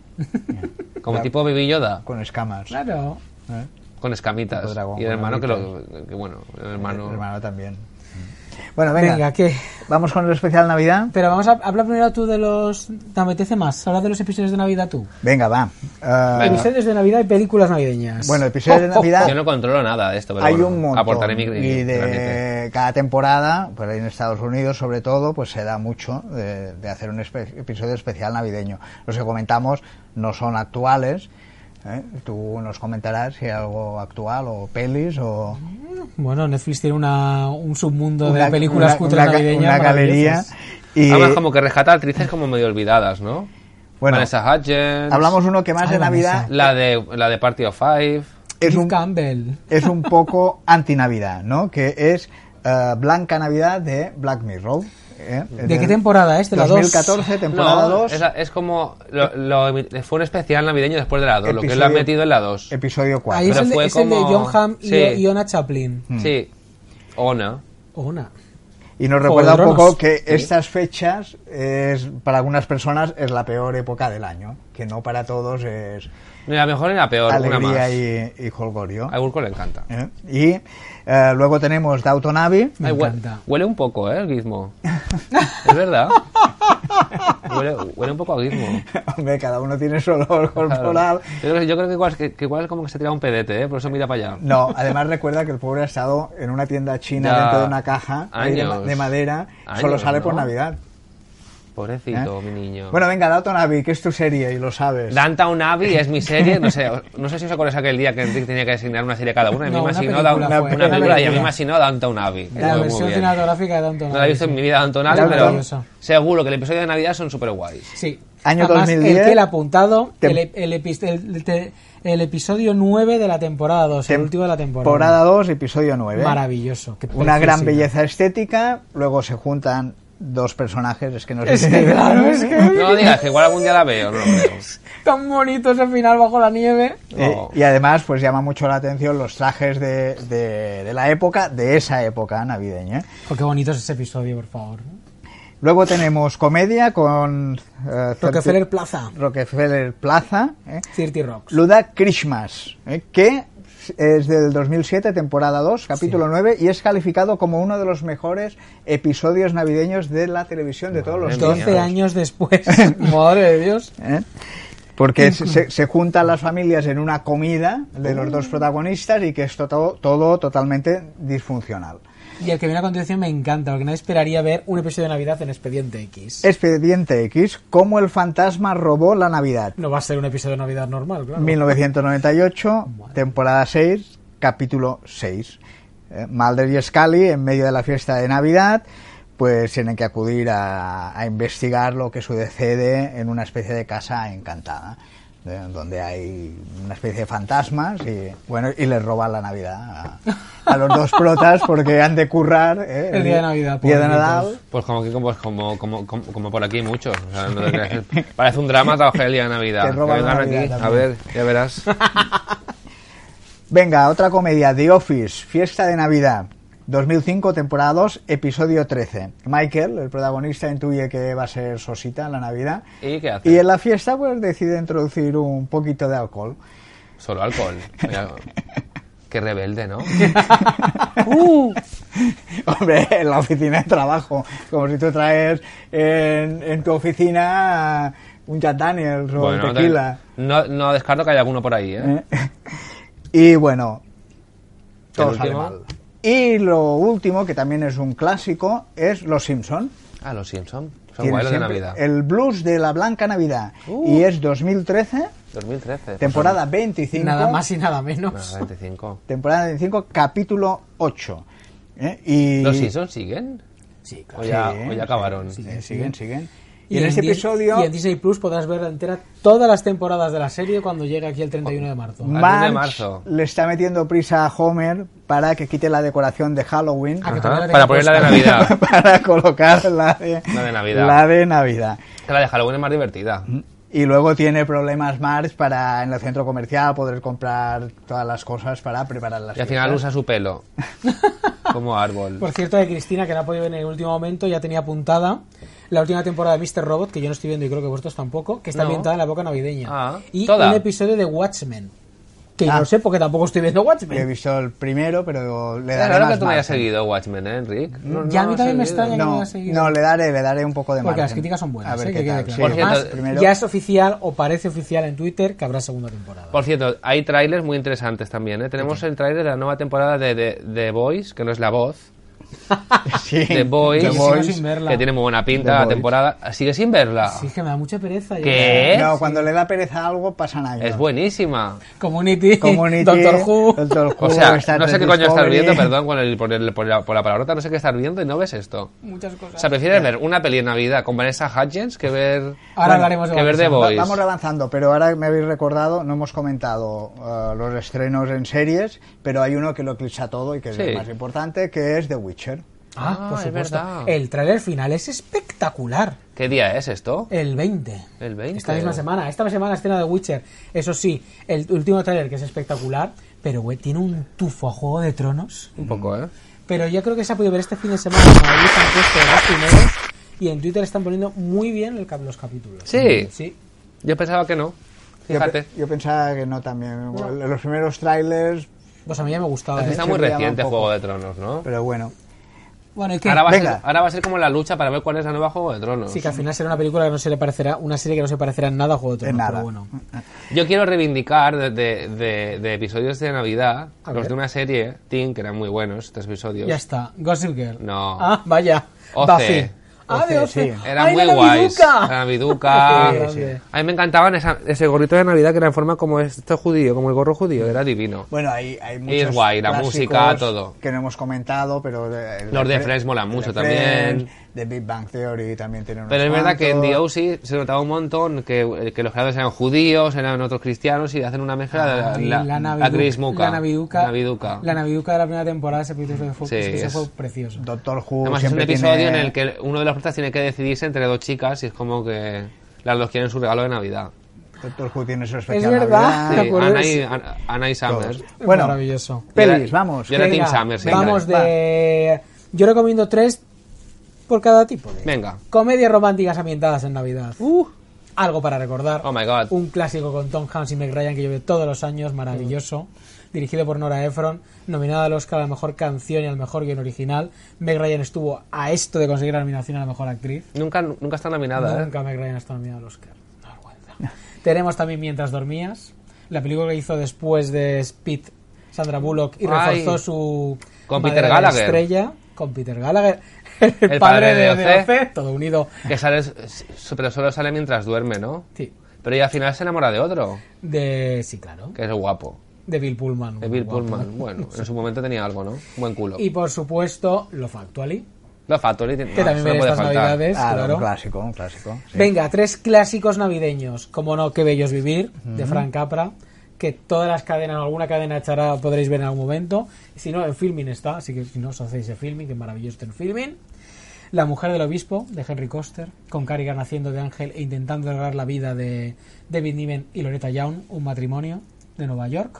Como tipo Baby Yoda, Con escamas. Claro. ¿eh? con escamitas. Tipo dragón, Y el hermano que con lo... Que, bueno, el El hermano... hermano también. Bueno, venga, Venga, ¿qué? vamos con el especial Navidad. Pero vamos a hablar primero tú de los... ¿Te apetece más? Habla de los episodios de Navidad tú. Venga, va. Eh, Episodios de Navidad y películas navideñas. bueno, episodios de Navidad Yo no controlo nada de esto, pero hay bueno, un montón. aportaré mi Y granito. de cada temporada, pues ahí en Estados Unidos sobre todo, pues se da mucho de, de hacer un espe- episodio especial navideño. Los que comentamos no son actuales. ¿eh? Tú nos comentarás si hay algo actual o pelis o... Bueno, Netflix tiene una, un submundo Una- de películas una- cutres una ga- navideñas una galería maravillosas. Y- Además, como que rescata actrices como medio olvidadas, ¿no? Bueno, Vanessa Hudgens. hablamos uno que más Ay, de Navidad La de, la de Party of Five. es Cliff un, Campbell. es un poco anti-Navidad, ¿no? Que es eh, Blanca Navidad de Black Mirror. ¿eh? ¿De qué temporada es? ¿De la dos mil dos? catorce, temporada No, dos, es, es como. Lo, lo- fue un especial navideño después de la dos, lo que Episodio- lo han metido en la dos. episodio cuatro. Ahí es, Pero el de, fue es el de como- John Hamm y Sí. Iona Chaplin. Sí. O no. Ona. Y nos Juego recuerda de un Tronos. poco que Sí. estas fechas, es para algunas personas, es la peor época del año. Que no para todos es Ni la mejor ni la peor, una alegría más. y, y holgorio. A Urco le encanta. ¿eh? Y eh, luego tenemos Downton Abbey. Me Ay, hue- encanta. huele un poco, ¿eh? El Gizmo. Es verdad. Huele, huele un poco a Gizmo. Hombre, cada uno tiene su olor corporal. Claro. Yo, creo, que- yo creo que igual, que, que igual como que se tira un pedete, ¿eh? Por eso mira para allá. No, además recuerda que el pobre ha estado en una tienda china Ya. dentro de una caja ahí de, ma- Años. de madera. Años, solo sale por ¿no? Navidad. Pobrecito, ¿eh? mi niño. Bueno, venga, Downton Abbey, que es tu serie y lo sabes. Downton Abbey es mi serie, no sé, no sé si os acordáis aquel día que Enrique tenía que designar una serie cada una, y a mí No, me una asignó película Down- fue, una una película y a mí película. me asignó Downton Abbey. La Muy, muy versión bien. cinematográfica de Downton No la he visto en mi vida Downton Abbey, pero Maravillosa. seguro que el episodio de Navidad son súper guays. Sí. Año Además, dos mil diez, el que el apuntado, tem- el, el, epi- el- el te- el episodio nueve de la temporada dos, el último de la temporada. Temporada dos, episodio nueve. Maravilloso. Qué Una gran preciosidad. belleza estética, luego se juntan dos personajes, es que no sé Es si- que claro, es que No digas que igual algún día la veo, no lo creo. tan bonito ese final bajo la nieve. Eh, No. y además, pues llama mucho la atención los trajes de, de- de la época, de esa época navideña. Oh, qué bonito es ese episodio, por favor. Luego tenemos comedia con eh, Rockefeller Plaza. Rockefeller Plaza, eh, thirty Rocks. Luda Christmas, eh, que es del dos mil siete, temporada dos, capítulo nueve, y es calificado como uno de los mejores episodios navideños de la televisión de todos los Madre tiempos. mía. doce años después. Madre de Dios. ¿eh? Porque se, se juntan las familias en una comida de los dos protagonistas y que es todo, todo totalmente disfuncional. Y el que viene a continuación me encanta, porque nadie esperaría ver un episodio de Navidad en Expediente X. Expediente X, cómo el fantasma robó la Navidad. No va a ser un episodio de Navidad normal, claro. mil novecientos noventa y ocho, temporada seis, capítulo seis. Eh, Mulder y Scully, en medio de la fiesta de Navidad, pues tienen que acudir a, a investigar lo que sucede en una especie de casa encantada, eh, donde hay una especie de fantasmas y bueno y les roban la Navidad a, a los dos protas porque han de currar eh, El día de Navidad, día de pobrecitos. Nadal. Pues como, aquí, como, como, como, como, como por aquí muchos. O sea, no te creas que- parece un drama trabajar el día de Navidad. Te roban Que la vengan Navidad aquí, a también. ver, ya verás. Venga, otra comedia, The Office, Fiesta de Navidad, dos mil cinco, temporada dos, episodio trece. Michael, el protagonista, intuye que va a ser sosita en la Navidad ¿Y qué hace? y en la fiesta pues decide introducir un poquito de alcohol. Solo alcohol. Mira, qué rebelde, ¿no? Hombre, en la oficina de trabajo, como si tú traes en, en tu oficina un Jack Daniels o un tequila. no, no descarto que haya alguno por ahí, ¿eh? ¿eh? Y bueno, todo ¿El sale último? mal. Y lo último, que también es un clásico, es Los Simpson. Ah, los Simpsons. Son Tiene guay los de siempre Navidad. El blues de la Blanca Navidad. Uh. Y es dos mil trece, dos mil trece. temporada veinticinco. Nada más y nada menos. Nada, veinticinco. Temporada veinticinco, capítulo ocho. ¿eh? Y... ¿Los Simpsons siguen? Sí, ¿O claro. ya, Sí, o ya acabaron? sí, siguen, siguen. Y, Y, en este Di- episodio, y en Disney Plus podrás ver entera todas las temporadas de la serie cuando llegue aquí el treinta y uno de marzo. Al diez de Marge marzo. le está metiendo prisa a Homer para que quite la decoración de Halloween. Ah, que Ajá, todavía la para tengo poner la de puesta. Navidad. para colocar la de, La de Navidad. la de Navidad. Que la de Halloween es más divertida. Y luego tiene problemas Marge para en el centro comercial poder comprar todas las cosas para preparar las Y al final fiestas. usa su pelo. Como árbol. Por cierto, de Cristina, que no ha podido ver en el último momento, ya tenía apuntada la última temporada de míster Robot, que yo no estoy viendo y creo que vosotros tampoco, que está No. ambientada en la época navideña. Ah, y ¿toda? un episodio de Watchmen, que Ah. yo no sé porque tampoco estoy viendo Yo he Watchmen. visto el primero, pero le Es daré raro más que tú no hayas margen. seguido Watchmen, ¿eh, Enric? No, Ya a no mí has también me seguido. extraña que no No, haya seguido. no, le daré, le daré un poco de Porque margen. las críticas son buenas, A ver ¿eh? qué que quede tal. claro. Sí. Por Además, cierto, primero- ya es oficial o parece oficial en Twitter que habrá segunda temporada. Por cierto, hay trailers muy interesantes también, ¿eh? Tenemos el tráiler de la nueva temporada de The Voice, que no es La Voz, Sí, The Boys, The Boys. Sin verla. que tiene muy buena pinta The la Boys. temporada. ¿Sigue sin verla? Sí, que me da mucha pereza. ¿Qué? No, cuando le da pereza a algo pasan años. Es buenísima. Community, Community, Doctor Who. Doctor Who, O sea, Star no sé Trek qué coño estás Discovery. viendo, perdón, con el, por, el, por, la, por la palabrota, no sé qué estás viendo y no ves esto. Muchas cosas. O sea, prefieres ver una peli en Navidad con Vanessa Hudgens que ver, Ahora Bueno, hablaremos de que ver The Vanessa. Va- Boys. Vamos avanzando, pero ahora me habéis recordado, no hemos comentado uh, los estrenos en series, pero hay uno que lo eclipsa todo y que es Sí. el más importante, que es The Witcher. Ah, Ah, por es supuesto. verdad. El tráiler final es espectacular. ¿Qué día es esto? El veinte. El veinte. Esta misma semana. Esta semana estrena de Witcher. Eso sí, el último tráiler que es espectacular, pero güey, tiene un tufo a Juego de Tronos. Un poco, ¿eh? Pero yo creo que se ha podido ver este fin de semana. Como ahí están puestos los primeros y en Twitter están poniendo muy bien el cap- los capítulos. Sí. Sí. Yo pensaba que no. Yo, Fíjate. pe- yo pensaba que no también. Los primeros trailers, Pues a mí ya me gustaba. Es que ¿eh? está sí, muy me llama reciente un poco. Juego de Tronos, ¿no? pero bueno. Bueno, ¿y qué? Ahora va, a ser, Venga. ahora va a ser como la lucha para ver cuál es la nueva Juego de Tronos. Sí, que al final será una película que no se le parecerá, una serie que no se parecerá en nada a Juego de En Tronos. nada. Pero bueno. Yo quiero reivindicar de, de, de- de episodios de Navidad, A los ver. de una serie, Teen, que eran muy buenos, estos episodios. Ya está. Gossip Girl. No. Ah, vaya. Oce. Buffy. Ah, de Oce, Oce. sí. Eran ¡Ay, muy la guays. Naviduca! La Naviduca. Qué grande. A mí me encantaban esa- ese gorrito de Navidad que era en forma como este judío, como el gorro judío, era divino. Bueno, hay, hay Y muchos es guay, la clásicos música, todo. que no hemos comentado, pero... eh, Los de Fre- Friends molan mucho de también. Friends, The Big Bang Theory también tiene unos Pero es verdad que en The cuantos. O C se notaba un montón que, que los creadores eran judíos, eran otros cristianos y hacen una mezcla de Ay, la, la, la, Navidu- Grismuca. la Naviduca. Naviduca. La Naviduca de la primera temporada, ese episodio fue, Sí, es que eso es- fue precioso. Doctor Who Además es un siempre episodio tiene... en el que uno de los protagonistas tiene que decidirse entre dos chicas y es como que las dos quieren su regalo de Navidad. Doctor Who tiene su especial verdad. Navidad. ¿Te Sí, acuerdas? Ana y, Ana, Ana y Summer. Todos. Bueno, Maravilloso. pelis, vamos. Yo era Venga, Team Summer, sí. vamos de... Yo recomiendo tres por cada tipo de... Venga. Comedias románticas ambientadas en Navidad. Uh, Algo para recordar. oh my god. Un clásico con Tom Hanks y Meg Ryan que yo veo todos los años, maravilloso. Dirigido por Nora Ephron, nominada al Oscar a la mejor canción y al mejor guion original. Meg Ryan estuvo a esto de conseguir la nominación a la mejor actriz. Nunca, nunca está nominada, ¿eh? Nunca Meg Ryan está nominada al Oscar. Una vergüenza. Tenemos también Mientras dormías, la película que hizo después de Speed Sandra Bullock y Ay. reforzó su Con madera Peter de Gallagher. estrella con Peter Gallagher, el, El padre, padre de, de de O C. O C, todo unido. Que sale, pero solo sale mientras duerme, ¿no? Sí, Pero ella al final se enamora de otro, de sí, claro, que es guapo. de Bill Pullman. De Bill guapo. Pullman. Bueno, en su momento tenía algo, ¿no? Buen culo. Y por supuesto, Love Actually, Los Factory, no, que también eso no viene puede estas faltar. navidades, Ah, claro. un clásico, un clásico. sí. Venga, tres clásicos navideños. Como no, Qué bello es vivir, de Frank Capra, que todas las cadenas, alguna cadena echará, podréis ver en algún momento. Si no, en Filmin está, así que si no os hacéis de Filmin, que maravilloso está en Filmin. La mujer del obispo, de Henry Koster, con Carrigan haciendo de ángel e intentando lograr la vida de David Niven y Loretta Young, un matrimonio de Nueva York.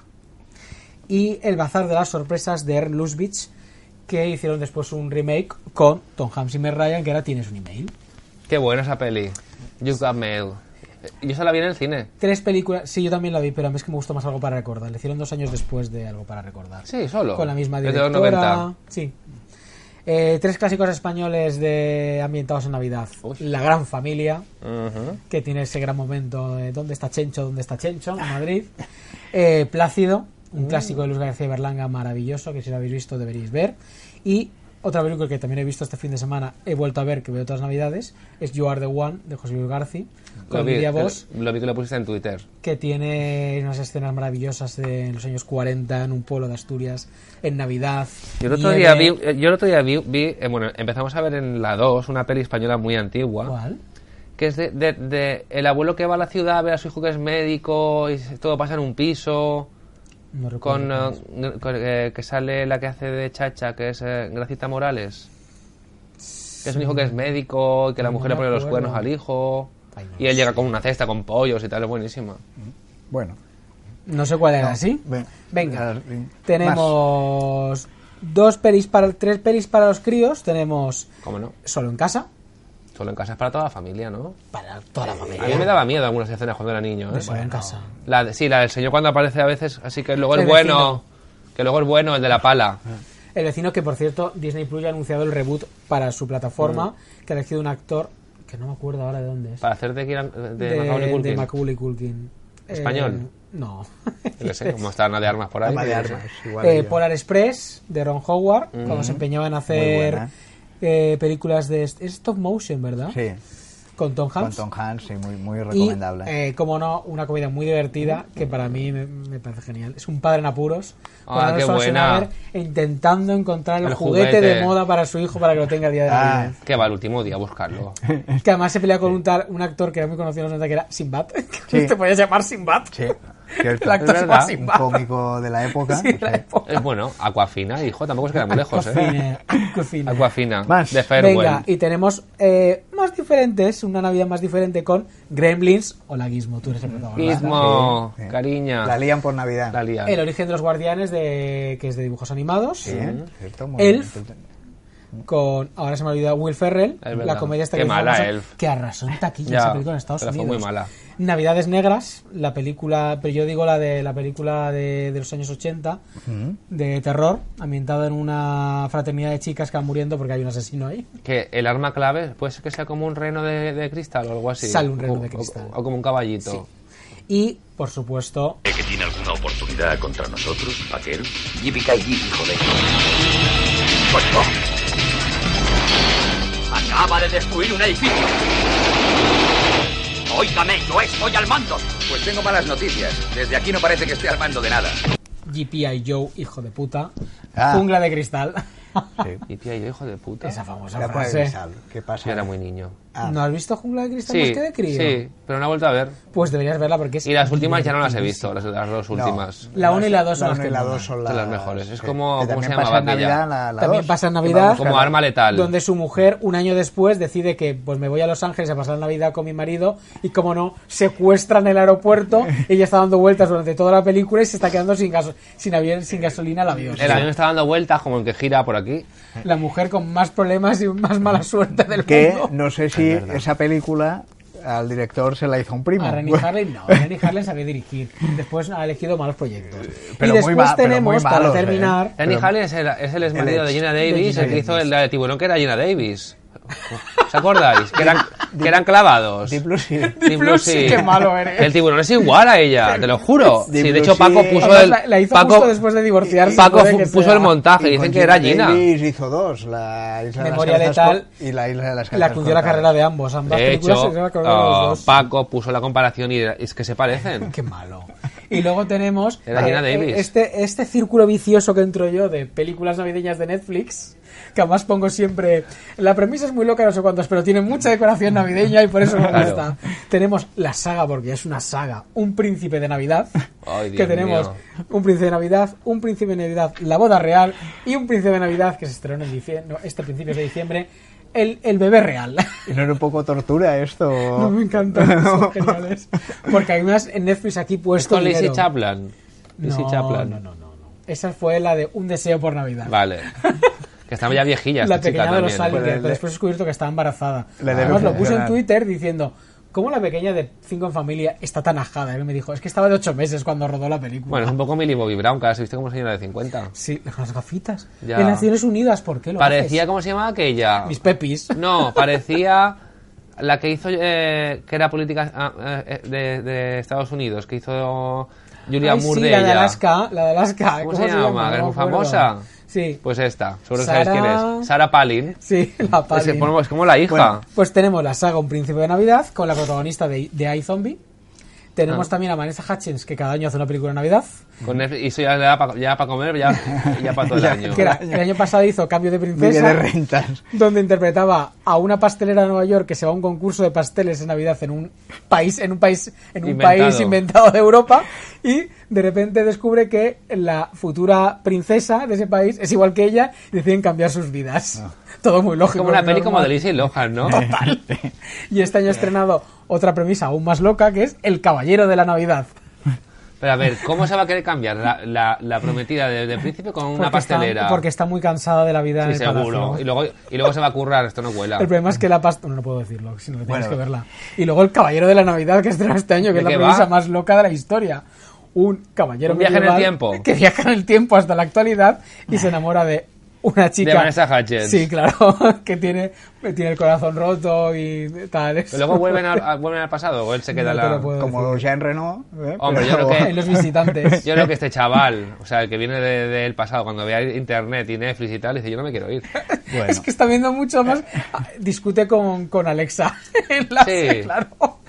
Y El bazar de las sorpresas, de Ern Lusbich, que hicieron después un remake con Tom Hanks y Meg Ryan, que ahora tienes un email. Qué buena esa peli. You've Got Mail. Yo se la vi en el cine. Tres películas, sí, yo también la vi, pero a mí es que me gustó más Algo para recordar. Le hicieron dos años después de Algo para recordar. Sí, solo. Con la misma Es de los directora. noventa. Sí. Eh, tres clásicos españoles de ambientados en Navidad. Uy. La Gran Familia, Ujú. que tiene ese gran momento de ¿dónde está Chencho? ¿Dónde está Chencho? En Madrid. Eh, Plácido, un clásico de Luz García Berlanga maravilloso, que si lo habéis visto deberíais ver. Y otra película que también he visto este fin de semana, he vuelto a ver, que veo todas las navidades, es You Are the One, de José Luis García, con Lo vi, Lidia que- Vos, lo vi que lo pusiste en Twitter. que tiene unas escenas maravillosas de en los años cuarenta en un pueblo de Asturias, en Navidad. Yo el otro nieve. día vi, eh, yo el otro día vi, vi, eh, bueno, empezamos a ver en la dos una peli española muy antigua, ¿Cuál? que es de, de, de el abuelo que va a la ciudad a ver a su hijo que es médico y se- todo pasa en un piso, No recuerdo con, cuál eh, es. con, eh, que sale la que hace de Chacha, que es eh, Gracita Morales, que es un hijo que es médico y que la No mujer me le pone los acuerdo. cuernos al hijo Ay, no y él sé. llega con una cesta con pollos y tal, es buenísima. Bueno. No sé cuál era, no, ¿sí? ven- Venga, más. tenemos dos pelis para, tres pelis para los críos, tenemos ¿Cómo no? Solo en casa, Solo en casa es para toda la familia, ¿no? para toda la familia. A mí me daba miedo algunas escenas cuando era niño, ¿eh? De Solo en casa. La de- sí, la del señor cuando aparece a veces, así que luego El es bueno, vecino. que luego es bueno el de la pala. El vecino, que por cierto, Disney Plus ya ha anunciado el reboot para su plataforma, que ha elegido un actor que no me acuerdo ahora de dónde es. Para hacer de, Kieran- de, de, Macaulay Culkin. de Macaulay Culkin. ¿Español? Eh, no. Yo qué sé, como está Ana de Armas por ahí. Ama de yo qué sé. armas, igual Eh, que yo. Polar Express, de Ron Howard, Mm. cuando se empeñaba en Muy hacer buena. eh, películas de... Es stop motion, ¿verdad? Sí, Con Tom con Hanks. Tom Hanks, sí, muy, muy Y, recomendable. eh, como no, una comedia muy divertida que para mí me, me parece genial. Es un padre en apuros, Ah, con Arnold qué buena. Schwarzenegger intentando encontrar el, El juguete. juguete. de moda para su hijo para que lo tenga el día de Ah. Navidad. Que va el último día a buscarlo. Que además se pelea con un, tal, un actor que era muy conocido en los noventa, que era Sinbad. Sí. Te podías llamar Sinbad. Sí, cierto. El actor Es se llama verdad, Un Sinbad. cómico de la época. Sí, la época. Es bueno, Aquafina, hijo, tampoco se queda muy lejos, ¿eh? Aquafina, Aquafina. Aquafina, Más. de Farewell. Venga, y tenemos eh, más diferentes, una Navidad más diferente con Gremlins. Hola Gizmo, tú eres el protagonista. Gizmo, Sí, sí. cariña. La lían por Navidad. La lía. El origen de los guardianes, de, que es de dibujos animados. Sí, cierto, muy Elf. bien. Con, ahora se me ha olvidado, Will Ferrell. Es verdad. La comedia esta Qué que mala, famosa, Elf. que arrasó en taquilla Ya, esa película en Estados pero fue Unidos. muy mala. Navidades Negras, la película, pero yo digo la de la película de, de los años ochenta, Ujú. de terror, ambientada en una fraternidad de chicas que van muriendo porque hay un asesino ahí. Que el arma clave puede ser que sea como un reno de, de cristal o algo así. Sale un reno O- de o- cristal. O, como un caballito. Sí. Y, por supuesto, ¿Que tiene alguna oportunidad contra nosotros, vaquero? Yippee-ki-yay, joder. Pues no. Acaba de destruir un edificio. Óigame, yo estoy al mando. Pues tengo malas noticias. Desde aquí no parece que esté al mando de nada. G P I Joe, hijo de puta, Ah. jungla de cristal. Sí. Y tía, yo hijo de puta. Esa famosa La pone frase. Grisal. ¿Qué pasa? Yo era muy niño. Ah. ¿No has visto Jungla de Cristal Sí, más que de crío? sí, pero no he vuelto a ver. Pues deberías verla porque es... Y las últimas ya no las he visto, las, las dos No. últimas. La uno y la dos son La las uno que y la molan. dos son Son las, las mejores. Es que- como- que ¿cómo se también llamaba pasa en aquella? Navidad la, la También dos. pasa en Que Navidad. vamos a Como ver. arma letal. Donde su mujer, un año después, decide que pues me voy a Los Ángeles a pasar Navidad con mi marido y, como no, secuestran el aeropuerto. Ella está dando vueltas durante toda la película y se está quedando sin, gaso sin, avión, sin gasolina el avión. El avión está dando vueltas como el que gira por aquí. La mujer con más problemas y más mala suerte del Que mundo. no sé si Es verdad. esa película al director se la hizo un primo. A Renny Harlin no, Renny Harlin sabía dirigir. Después ha elegido malos proyectos. Pero y muy después ma- pero tenemos, muy para malos, ¿eh? terminar, Danny Pero- Haley es el, es el exmarido El de ex- Gina de Davis, Gina el que hizo Davis. el de tiburón, que era Gina Davis. ¿Se acordáis? Que eran, que eran clavados. Deep Blue Sea. Deep Blue Sea, Sea. qué malo eres. El tiburón es igual a ella, te lo juro. Deep Sí, de Blue hecho Paco Sea. puso además el la, la hizo Paco, justo después de divorciarse. Paco puede fu- que puso sea- el montaje y Y dicen con que era Gina. Davis hizo dos, la Isla de las Memoria Cabezas Letal Cor- y la Isla de las Le Cabezas acudió la Cortadas. carrera de ambos. Ambas De películas hecho, se la carrera de los ah, dos. Paco puso la comparación y es que se parecen. Qué malo. Y luego tenemos Era Gina Davis. este, este círculo vicioso que entro yo de películas navideñas de Netflix, que además pongo siempre... La premisa es muy loca, no sé cuántos, pero tiene mucha decoración navideña y por eso me Claro. gusta. Tenemos la saga, porque es una saga, Un Príncipe de Navidad, Ay, Dios que tenemos mío. Un Príncipe de Navidad, Un Príncipe de Navidad, La Boda Real y Un Príncipe de Navidad, que se estrenó en diciembre, no, este principio de diciembre, el, el Bebé Real. ¿Y no era un poco tortura esto? No me encantan, son geniales. Porque además en Netflix aquí Es puesto con Lizzie dinero. Chaplin. Lizzie No, Chaplin. no, no, no, no. Esa fue la de Un Deseo por Navidad. Vale. Que estaba ya viejilla La esta chica pequeña de los también. ¿eh? Salinger, Pero pero le- después he descubierto que estaba embarazada. Le debe Además lo puse en funcionar. Twitter diciendo, ¿cómo la pequeña de Cinco en Familia está tan ajada? Y él me dijo, es que estaba de ocho meses cuando rodó la película. Bueno, es un poco Millie Bobby Brown, que ahora se viste como señora de cincuenta. Sí, con las gafitas. Ya. En Naciones Unidas, ¿por qué lo Parecía, haces? ¿cómo se llamaba aquella? Mis pepis. No, parecía la que hizo, eh, que era política ah, eh, de, de Estados Unidos, que hizo Julia Ay, Moore sí, de la de ella. Alaska, la de Alaska. ¿Cómo se llama? ¿Que es No muy me acuerdo. famosa? Sí, Pues esta, seguro que Sara- sabéis quién es. Sarah Palin. sí, la Es, Palin. que es como la hija. Bueno. Pues tenemos la saga Un Príncipe de Navidad con la protagonista de, de iZombie. Tenemos Ah. también a Vanessa Hutchins, que cada año hace una película de Navidad. Con Netflix, y eso ya le da para ya pa comer, ya, ya para todo el año. Que era- el año pasado hizo Cambio de Vive Princesa, de rentas. donde interpretaba a una pastelera de Nueva York que se va a un concurso de pasteles en Navidad en un país, en un país, en un Inventado. país inventado de Europa, y de repente descubre que la futura princesa de ese país es igual que ella y deciden cambiar sus vidas. Todo muy Es lógico. como una muy peli como normal. de Lindsay Lohan, ¿no? Y este año ha estrenado otra premisa aún más loca, que es El Caballero de la Navidad. Pero a ver, ¿cómo se va a querer cambiar la, la, la prometida de, de príncipe con una Porque está- pastelera? porque está muy cansada de la vida en Sí, el seguro. palacio. Y luego, y luego se va a currar, esto no cuela. El problema es que la pasta... No, no puedo decirlo, sino que tienes Bueno. que verla. Y luego El Caballero de la Navidad, que estrena este año, que ¿De es la qué premisa va? más loca de la historia. Un caballero Un viaje en el medieval tiempo. que viaja en el tiempo hasta la actualidad y se enamora de una chica... De Vanessa Hudgens. Sí, claro, que tiene, tiene el corazón roto y tal. Pero luego vuelven al, a- vuelven al pasado, o él se queda No en te lo la... puedo Como decir. Jean Reno. ¿eh? Hombre, yo Pero- creo que- En los visitantes. Yo creo que este chaval, o sea, el que viene del de, del pasado, cuando vea internet y Netflix y tal, dice, yo no me quiero ir. Bueno. Es que está viendo mucho más. Discute con, con Alexa en la Sí. claro.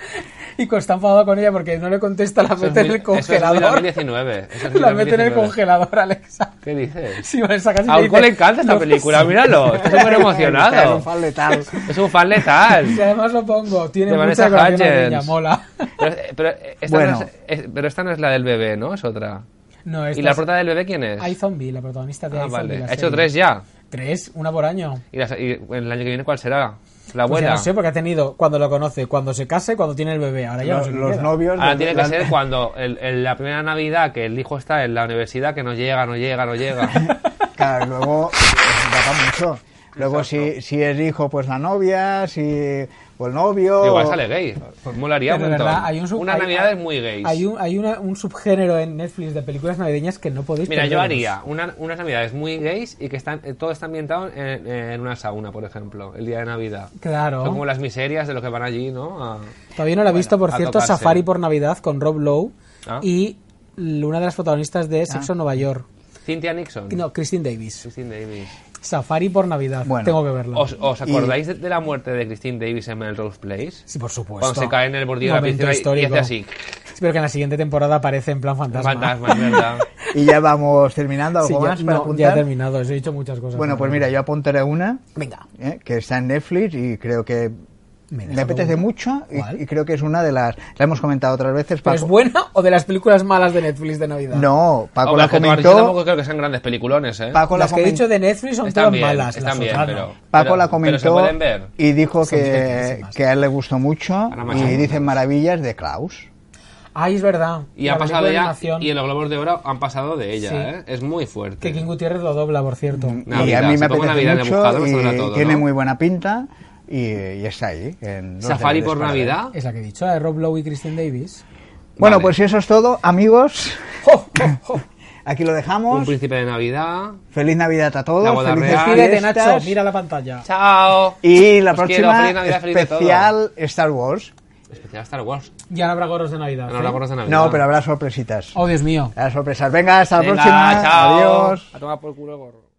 Y está enfadado con ella porque no le contesta, la Eso es mete en muy- el eso es muy congelador. dos mil diecinueve. Eso es muy La mete en el dos mil diecinueve. congelador, Alexa. ¿Qué dices? Sí, Vanessa casi A le Urco dice, le encanta esta "No película, pasa míralo, está súper Es emocionado. un fan letal. Es un fan letal. Y además lo pongo, tiene De mucha Vanessa decoración Hudgens. navideña, mola. Pero, pero esta Bueno. no es, es- pero esta no es la del bebé, ¿no? Es otra. No, esta ¿Y la es prota del bebé quién es? iZombie, la protagonista de Ah, iZombie. vale. la Ha hecho serie. tres ya. Tres, una por año. ¿Y, las- y el año que viene cuál será? ¿La Pues ya abuela? no sé, porque ha tenido cuando lo conoce, cuando se case, cuando tiene el bebé. Ahora ya no Los, sé qué los queda. novios. Ahora de- tiene que la- ser cuando el, el- la primera Navidad que el hijo está en la universidad, que no llega, no llega, no llega. Claro, luego da para mucho. Luego si, si es hijo, pues la novia, si o el novio. Igual sale gay. Pues molaría Pero un de montón. verdad, hay un sub- Una hay- Navidad es muy gay. Hay un, hay una- un subgénero en Netflix de películas navideñas que no podéis Mira, yo perderos. haría una, unas Navidades muy gays y que están, eh, todo está ambientado en, en una sauna, por ejemplo, el día de Navidad. Claro. Son como las miserias de los que van allí, ¿no? A- Todavía no la he visto, por a cierto, tocarse. Safari por Navidad con Rob Lowe Ah. y una de las protagonistas de Sexo en Nueva York. Cynthia Nixon. No, Christine Davis. Christine Davis. Safari por Navidad. Bueno. Tengo que verla. ¿Os, os acordáis de, de la muerte de Christine Davis en Melrose Place? Sí, por supuesto. Cuando se cae en el bordillo de la Momento piscina y- y histórico. hace así. Sí, pero que en la siguiente temporada aparece en plan fantasma. Fantasma, es verdad. Y ya vamos terminando. ¿Algo Sí, ya, más para no, apuntar? ya he terminado, os he dicho muchas cosas. Bueno, pues mira, yo apuntaré una Venga. ¿eh? que está en Netflix y creo que Me me, dejas apetece una. mucho y, ¿Cuál? y creo que es una de las... La hemos comentado otras veces. ¿Pero es Paco- buena o de las películas malas de Netflix de Navidad? No, Paco Hombre, la es que tú has dicho, comentó... tampoco creo que sean grandes peliculones, ¿eh? Paco la Las que he comen- dicho de Netflix son Están todas bien, malas. están las bien, otras pero... no. Paco pero- la comentó Pero se pueden ver. y dijo Son que, divertidísimas. que a él le gustó mucho Ahora más y o menos. dicen maravillas de Klaus. Ay, es verdad. Y La han pasado película de ya, animación y en los Globos de Oro han pasado de ella, Sí. ¿eh? Es muy fuerte. Que King Gutiérrez lo dobla, por cierto. Navidad, y a mí si me pongo apetece Navidad en el mucho buscador, me y saldrá todo, tiene ¿no? muy buena pinta y, y está ahí. En los Safari deberes por para ver. Navidad. Es la que he dicho, la de Rob Lowe y Christine Davis. Bueno, Vale. pues eso es todo, amigos. ¡Jo, jo, jo! Aquí lo dejamos. Un príncipe de Navidad. Feliz Navidad a todos. La boda felices real. Despídete, fiestas. Nacho, mira la pantalla. ¡Chao! Y la Os próxima quiero, feliz Navidad, feliz de todo. especial Star Wars. Especial Star Wars. Ya no habrá gorros de Navidad. No habrá ¿eh? gorros de Navidad. No, pero habrá sorpresitas. Oh, Dios mío. Habrá sorpresas. Venga, hasta la Venga, próxima. chao. Adiós. A tomar por culo gorro.